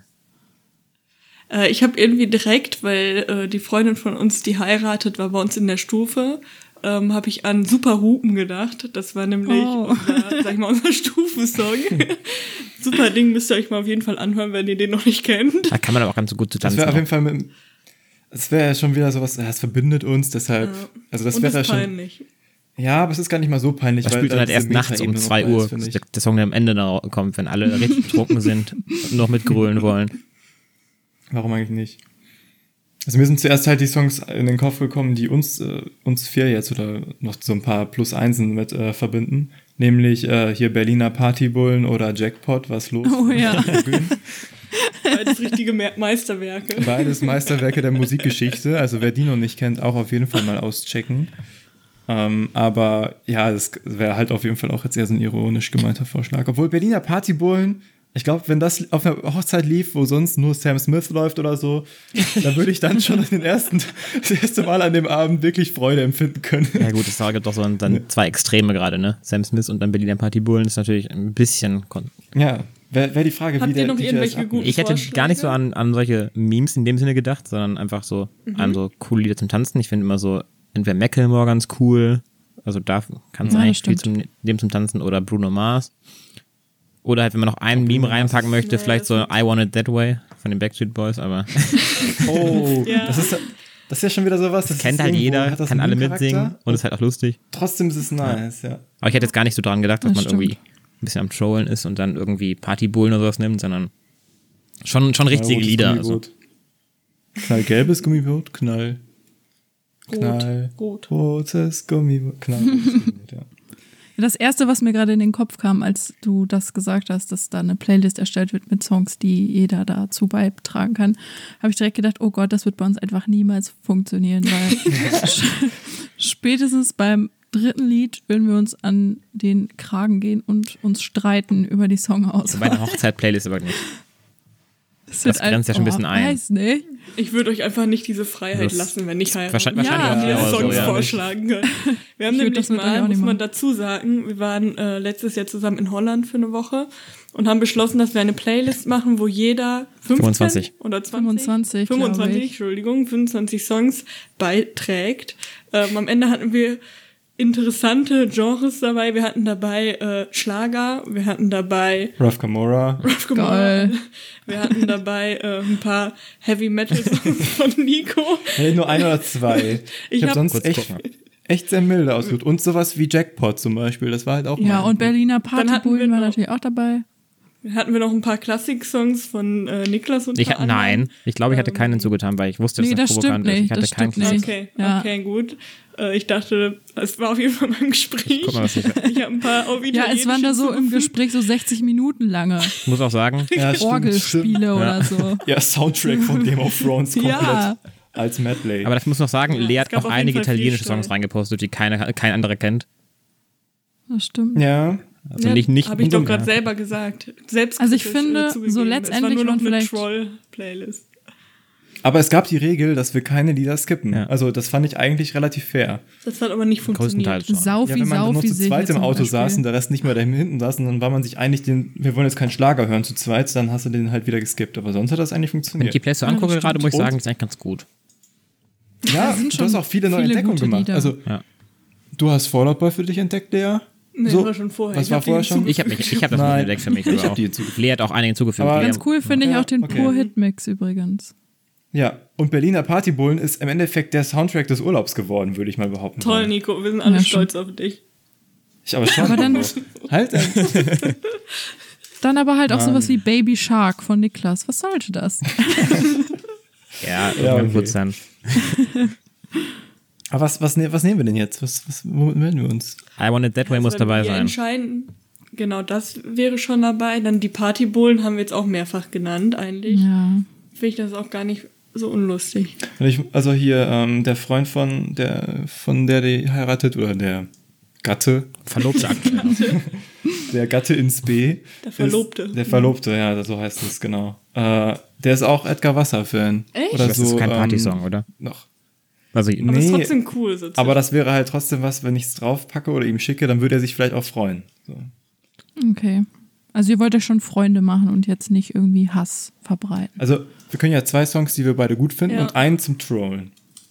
Ich habe irgendwie direkt, weil die Freundin von uns, die heiratet, war bei uns in der Stufe, habe ich an Super Hupen gedacht. Das war nämlich unser Stufensong. Super Ding, müsst ihr euch mal auf jeden Fall anhören, wenn ihr den noch nicht kennt. Da kann man aber auch ganz gut zu tanzen. Das wäre auf jeden Fall es wäre ja schon wieder sowas, es verbindet uns, deshalb, also das wäre ja schon peinlich. Ja, aber es ist gar nicht mal so peinlich. Das spielt dann halt erst nachts um 2 Uhr, der Song, der am Ende dann kommt, wenn alle richtig betrunken sind und noch mitgrölen wollen. Warum eigentlich nicht? Also mir sind zuerst halt die Songs in den Kopf gekommen, die uns 4 jetzt oder noch so ein paar Plus-Einsen mit verbinden. Nämlich hier Berliner Partybullen oder Jackpot, was los? Oh ja. Beides richtige Meisterwerke. Beides Meisterwerke der Musikgeschichte. Also wer die noch nicht kennt, auch auf jeden Fall mal auschecken. Aber ja, das wäre halt auf jeden Fall auch jetzt eher so ein ironisch gemeinter Vorschlag. Obwohl Berliner Partybullen, ich glaube, wenn das auf einer Hochzeit lief, wo sonst nur Sam Smith läuft oder so, dann würde ich dann schon das erste Mal an dem Abend wirklich Freude empfinden können. Ja gut, es gibt doch so dann 2 Extreme gerade, ne? Sam Smith und dann Berliner Partybullen ist natürlich ein bisschen... Ja, wäre die Frage, Habt wie ihr noch irgendwelche guten Ich hätte Vorschläge? gar nicht so an solche Memes in dem Sinne gedacht, sondern einfach so an so coole Lieder zum Tanzen. Ich finde immer so entweder Macklemore ganz cool, also da kann es eigentlich viel zum Tanzen, oder Bruno Mars. Oder halt, wenn man noch einen Meme reinpacken möchte, vielleicht so I Want It That Way von den Backstreet Boys, aber... Oh, ja. Das ist ja schon wieder sowas. Das kennt halt jeder, kann alle mitsingen und ist halt auch lustig. Trotzdem ist es nice, ja. Aber ich hätte jetzt gar nicht so dran gedacht, dass man irgendwie ein bisschen am Trollen ist und dann irgendwie Partybullen oder sowas nimmt, sondern schon richtige Lieder. Also. Knallgelbes Gummiboot, rotes Gummiboot, ja. Das Erste, was mir gerade in den Kopf kam, als du das gesagt hast, dass da eine Playlist erstellt wird mit Songs, die jeder dazu beitragen kann, habe ich direkt gedacht, oh Gott, das wird bei uns einfach niemals funktionieren, weil spätestens beim 3. Lied würden wir uns an den Kragen gehen und uns streiten über die Songauswahl. Bei der Hochzeit-Playlist aber nicht. Das grenzt ja schon ein bisschen ein. Weiß nicht. Ich würde euch einfach nicht diese Freiheit lassen, wenn ich heirate. Wahrscheinlich wir Songs so, vorschlagen können. Wir haben nämlich mal, muss man dazu sagen, wir waren letztes Jahr zusammen in Holland für eine Woche und haben beschlossen, dass wir eine Playlist machen, wo jeder 25 oder 20, 25 Songs beiträgt. Am Ende hatten wir interessante Genres dabei. Wir hatten dabei Schlager, wir hatten dabei Raf Camora. Wir hatten dabei ein paar Heavy Metal Songs von Nico. Hey, nur 1 oder 2. Ich habe sonst echt sehr milde ausgesucht. Und sowas wie Jackpot zum Beispiel, das war halt auch ja, und Berliner Partybullen war natürlich auch dabei. Hatten wir noch ein paar Klassik-Songs von Niklas und Nein, ich glaube, ich hatte keinen hinzugetan, weil ich wusste, dass das provokant ist. Ich hatte keinen Klassik. Okay, gut. Ich dachte, es war auf jeden Fall mein Gespräch. Guck mal, was ich habe ein paar auf Ja, es waren da so im Gespräch so 60 Minuten lange. Ich muss auch sagen, Orgelspiele oder so. Ja, Soundtrack von Game of Thrones komplett als Medley. Aber das muss noch sagen, Lea hat auch einige italienische Songs reingepostet, die kein anderer kennt. Das stimmt. Ja. Also nicht habe ich doch gerade selber gesagt. Also ich finde, so letztendlich man vielleicht Troll-Playlist. Aber es gab die Regel, dass wir keine Lieder skippen. Ja. Also das fand ich eigentlich relativ fair. Das hat aber nicht funktioniert. Wenn man nur zu zweit im Auto saß und der Rest nicht mehr da hinten saß, und dann war man sich einig, wir wollen jetzt keinen Schlager hören zu zweit, dann hast du den halt wieder geskippt. Aber sonst hat das eigentlich funktioniert. Wenn ich die Playlist so angucke gerade, muss ich sagen, ist eigentlich ganz gut. Ja, du hast auch viele neue Entdeckungen gemacht. Lieder. Also du hast Fall Out Boy für dich entdeckt, Lea? Nee, das war schon vorher. Was war vorher schon? Ich hab das nicht entdeckt für mich. Ich habe die hinzugefügt. Lea hat auch einige hinzugefügt. Aber ganz cool finde ich auch den Pur-Hit-Mix übrigens. Ja, und Berliner Partybullen ist im Endeffekt der Soundtrack des Urlaubs geworden, würde ich mal behaupten. Toll, Nico, wir sind alle stolz auf dich. Ich aber schon. Aber dann, halt dann aber halt auch sowas wie Baby Shark von Niklas. Was sollte das? Ja, irgendwann wird's dann. Aber was nehmen wir denn jetzt? Womit melden wir uns? I Want It That Way muss dabei sein. Entscheiden. Genau, das wäre schon dabei. Dann die Partybullen haben wir jetzt auch mehrfach genannt eigentlich. Ja. Finde ich das auch gar nicht so unlustig. Also hier, der Freund von der die heiratet, oder der Gatte. Verlobte aktuell. Der Gatte ins B. Der Verlobte. Der Verlobte, ja, so heißt es, genau. Der ist auch Edgar Wasser-Fan. Echt? Oder das ist kein Partysong, oder? Noch. Also, aber das ist trotzdem cool. Sozusagen. Aber das wäre halt trotzdem was, wenn ich es draufpacke oder ihm schicke, dann würde er sich vielleicht auch freuen. So. Okay. Also ihr wollt ja schon Freunde machen und jetzt nicht irgendwie Hass verbreiten. Also wir können ja 2 Songs, die wir beide gut finden und einen zum Trollen.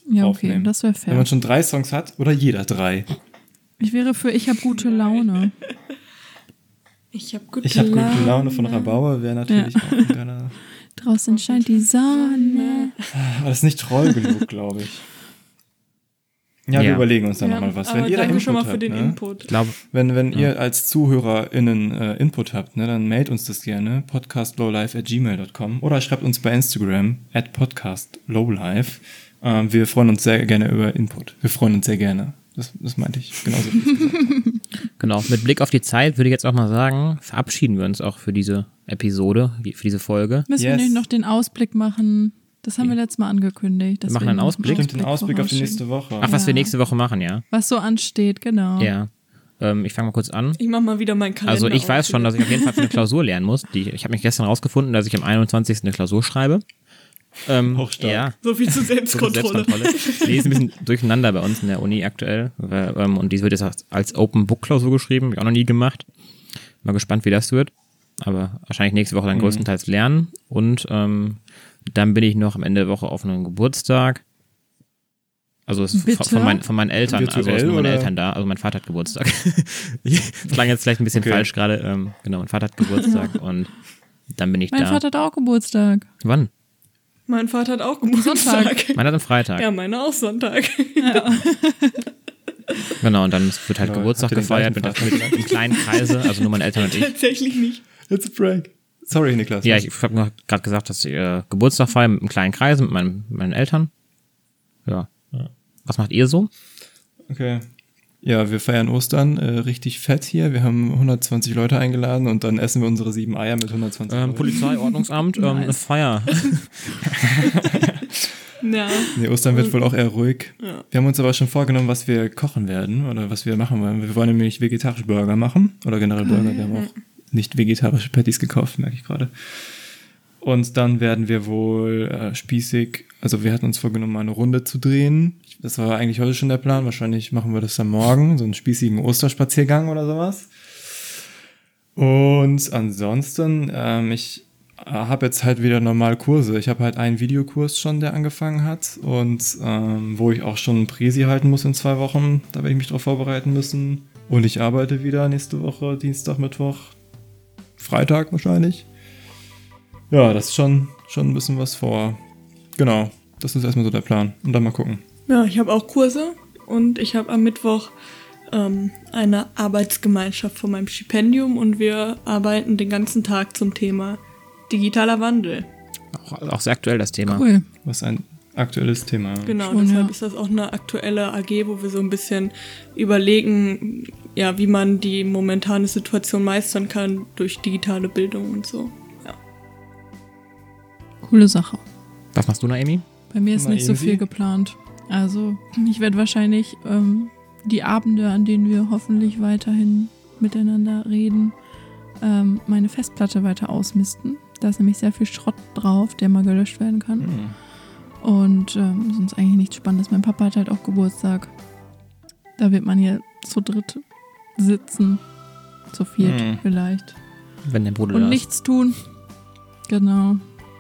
Ja, okay, aufnehmen. das wäre Wenn fair. man schon 3 Songs hat oder jeder 3. Ich wäre für Ich hab gute Laune. Ich habe gute Ich habe gute Laune von Rabauer, wäre natürlich auch ein geiler. Draußen scheint die Sonne. Aber das ist nicht treu genug, glaube ich. Ja, wir Ja. überlegen uns dann nochmal was. Aber Wenn ihr da danke Input schon mal habt, für den ne? Input. Ich glaube, Wenn ihr als ZuhörerInnen Input habt, ne, dann mailt uns das gerne. podcastlowlife@gmail.com oder schreibt uns bei Instagram @podcastlowlife. Wir freuen uns sehr gerne über Input. Wir freuen uns sehr gerne. Das meinte ich genauso. Wie ich gesagt habe. genau. Mit Blick auf die Zeit würde ich jetzt auch mal sagen, verabschieden wir uns auch für diese Episode, für diese Folge. Müssen wir Yes. nicht noch den Ausblick machen? Das haben wir letztes Mal angekündigt. dass Wir machen wir einen noch Ausblick? Stimmt, den Ausblick auf die nächste vorausschicken. Woche. Ach, was wir Ja. nächste Woche machen, ja? Was so ansteht, genau. Ja. Ich fange mal kurz an. Ich mache mal wieder meinen Kalender. Also ich weiß auf. schon, dass ich auf jeden Fall für eine Klausur lernen muss. Ich habe mich gestern rausgefunden, dass ich am 21. eine Klausur schreibe. Auch stark. Ja. So viel zur So viel Selbstkontrolle. Die ist ein bisschen durcheinander bei uns in der Uni aktuell. Und die wird jetzt als Open Book Klausur geschrieben. Hab ich auch noch nie gemacht. Mal gespannt, wie das wird. Aber wahrscheinlich nächste Woche dann größtenteils lernen. Und dann bin ich noch am Ende der Woche auf einem Geburtstag. Also es ist Bitte? von meinen Eltern. Virtuell, Also es sind nur meine oder? Eltern da. Also mein Vater hat Geburtstag. Das klang jetzt vielleicht ein bisschen Okay. falsch gerade. Genau, mein Vater hat Geburtstag und dann bin ich Mein da. Vater hat auch Geburtstag. Wann? Mein Vater hat auch Geburtstag. Meiner hat am Freitag. Ja, meiner auch Sonntag. Genau, und dann wird halt Aber Geburtstag habt ihr den gefeiert gleichen mit im kleinen Kreise, also nur meine Eltern und ich. Tatsächlich nicht. It's a prank. Sorry, Niklas. Ja, ich habe gerade gesagt, dass ich Geburtstag feiere mit einem kleinen Kreis mit meinen Eltern. Ja. Was macht ihr so? Okay. Ja, wir feiern Ostern richtig fett hier. Wir haben 120 Leute eingeladen und dann essen wir unsere 7 Eier mit 120 Leuten. Polizei, Ordnungsamt, eine Feier. Ja. Nee, Ostern wird wohl auch eher ruhig. Ja. Wir haben uns aber schon vorgenommen, was wir kochen werden oder was wir machen wollen. Wir wollen nämlich vegetarische Burger machen oder generell Burger. Wir haben auch nicht vegetarische Patties gekauft, merke ich gerade. Und dann werden wir wohl spießig, also wir hatten uns vorgenommen, mal eine Runde zu drehen. Das war eigentlich heute schon der Plan. Wahrscheinlich machen wir das dann morgen, so einen spießigen Osterspaziergang oder sowas. Und ansonsten, ich habe jetzt halt wieder normal Kurse. Ich habe halt einen Videokurs schon, der angefangen hat und wo ich auch schon ein Präsi halten muss in 2 Wochen. Da werde ich mich drauf vorbereiten müssen. Und ich arbeite wieder nächste Woche, Dienstag, Mittwoch, Freitag wahrscheinlich. Ja, das ist schon ein bisschen was vor. Genau, das ist erstmal so der Plan. Und dann mal gucken. Ja, ich habe auch Kurse und ich habe am Mittwoch eine Arbeitsgemeinschaft von meinem Stipendium und wir arbeiten den ganzen Tag zum Thema digitaler Wandel. Auch sehr aktuell das Thema. Cool. Was ein aktuelles Thema. Genau, Schon, deshalb ja. ist das auch eine aktuelle AG, wo wir so ein bisschen überlegen, ja, wie man die momentane Situation meistern kann durch digitale Bildung und so. Ja. Coole Sache. Was machst du, Naomi? Bei mir ist Mal nicht so easy. viel geplant. Also ich werde wahrscheinlich die Abende, an denen wir hoffentlich weiterhin miteinander reden, meine Festplatte weiter ausmisten. Da ist nämlich sehr viel Schrott drauf, der mal gelöscht werden kann. Und sonst eigentlich nichts Spannendes. Mein Papa hat halt auch Geburtstag. Da wird man hier zu dritt sitzen. Zu viert vielleicht. Wenn der Bruder Und da ist. nichts tun. Genau.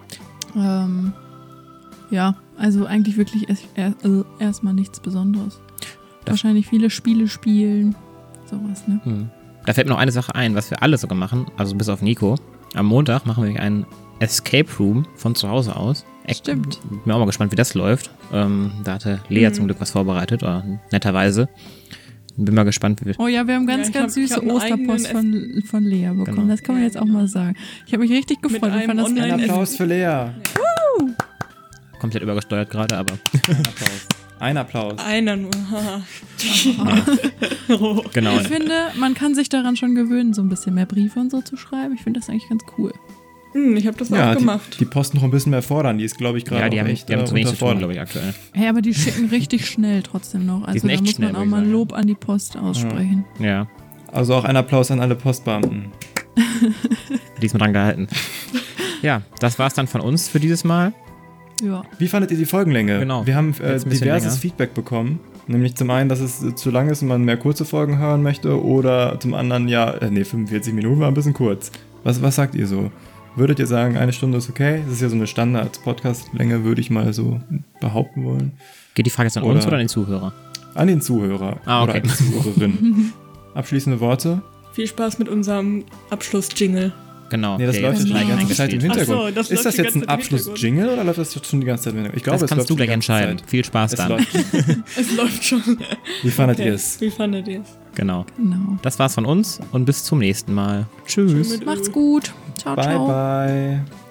Ja, also eigentlich wirklich erstmal nichts Besonderes. Wahrscheinlich viele Spiele spielen. Sowas, ne? Da fällt mir noch eine Sache ein, was wir alle sogar machen, also bis auf Nico. Am Montag machen wir einen Escape Room von zu Hause aus. Stimmt. Bin auch mal gespannt, wie das läuft. Da hatte Lea zum Glück was vorbereitet, oder netterweise. Bin mal gespannt, wie wir. Oh ja, wir haben Ja, ich ganz hab süße einen Osterpost von Lea bekommen. Genau. Das kann man Ja, jetzt auch genau. mal sagen. Ich habe mich richtig gefreut. Ich einem fand das Online- Ein ganz Applaus für Lea. Komplett übergesteuert gerade, aber. Ein Applaus. Ein Applaus. Einer nur. haha. Genau. Ich finde, man kann sich daran schon gewöhnen, so ein bisschen mehr Briefe und so zu schreiben. Ich finde das eigentlich ganz cool. Ich habe das Ja, auch gemacht. die Post noch ein bisschen mehr fordern. Die ist, glaube ich, gerade Ja, die auch haben echt zu wenig zu tun, unterfordert. glaube ich, aktuell. Hey, aber die schicken richtig schnell trotzdem noch. Also sind da echt muss schnell, man auch würd ich mal sagen. Lob an die Post aussprechen. Ja, Also auch ein Applaus an alle Postbeamten. diesmal dran gehalten. Ja, das war's dann von uns für dieses Mal. Ja. Wie fandet ihr die Folgenlänge? Genau. Wir haben Jetzt ein bisschen diverses länger. Feedback bekommen. Nämlich zum einen, dass es zu lang ist und man mehr kurze Folgen hören möchte. Oder zum anderen, 45 Minuten war ein bisschen kurz. Was sagt ihr so? Würdet ihr sagen, 1 Stunde ist okay? Das ist ja so eine Standard-Podcast-Länge, würde ich mal so behaupten wollen. Geht die Frage jetzt an uns oder an den Zuhörer? An den Zuhörer okay. Oder an die Zuhörerin. Abschließende Worte? Viel Spaß mit unserem Abschluss-Jingle. Genau. Nee, das läuft jetzt schon die ganze Zeit im Hintergrund. Ach so, das ist das jetzt ein läuft die ganze Zeit im Abschluss-Jingle oder läuft das schon die ganze Zeit im Hintergrund? Ich glaube, das kannst du gleich entscheiden. Viel Spaß dann. Es läuft schon. Wie fandet ihr es? Wie fandet ihr es? Genau. Das war's von uns und bis zum nächsten Mal. Tschüss. Macht's gut. Ciao, bye, ciao. Bye.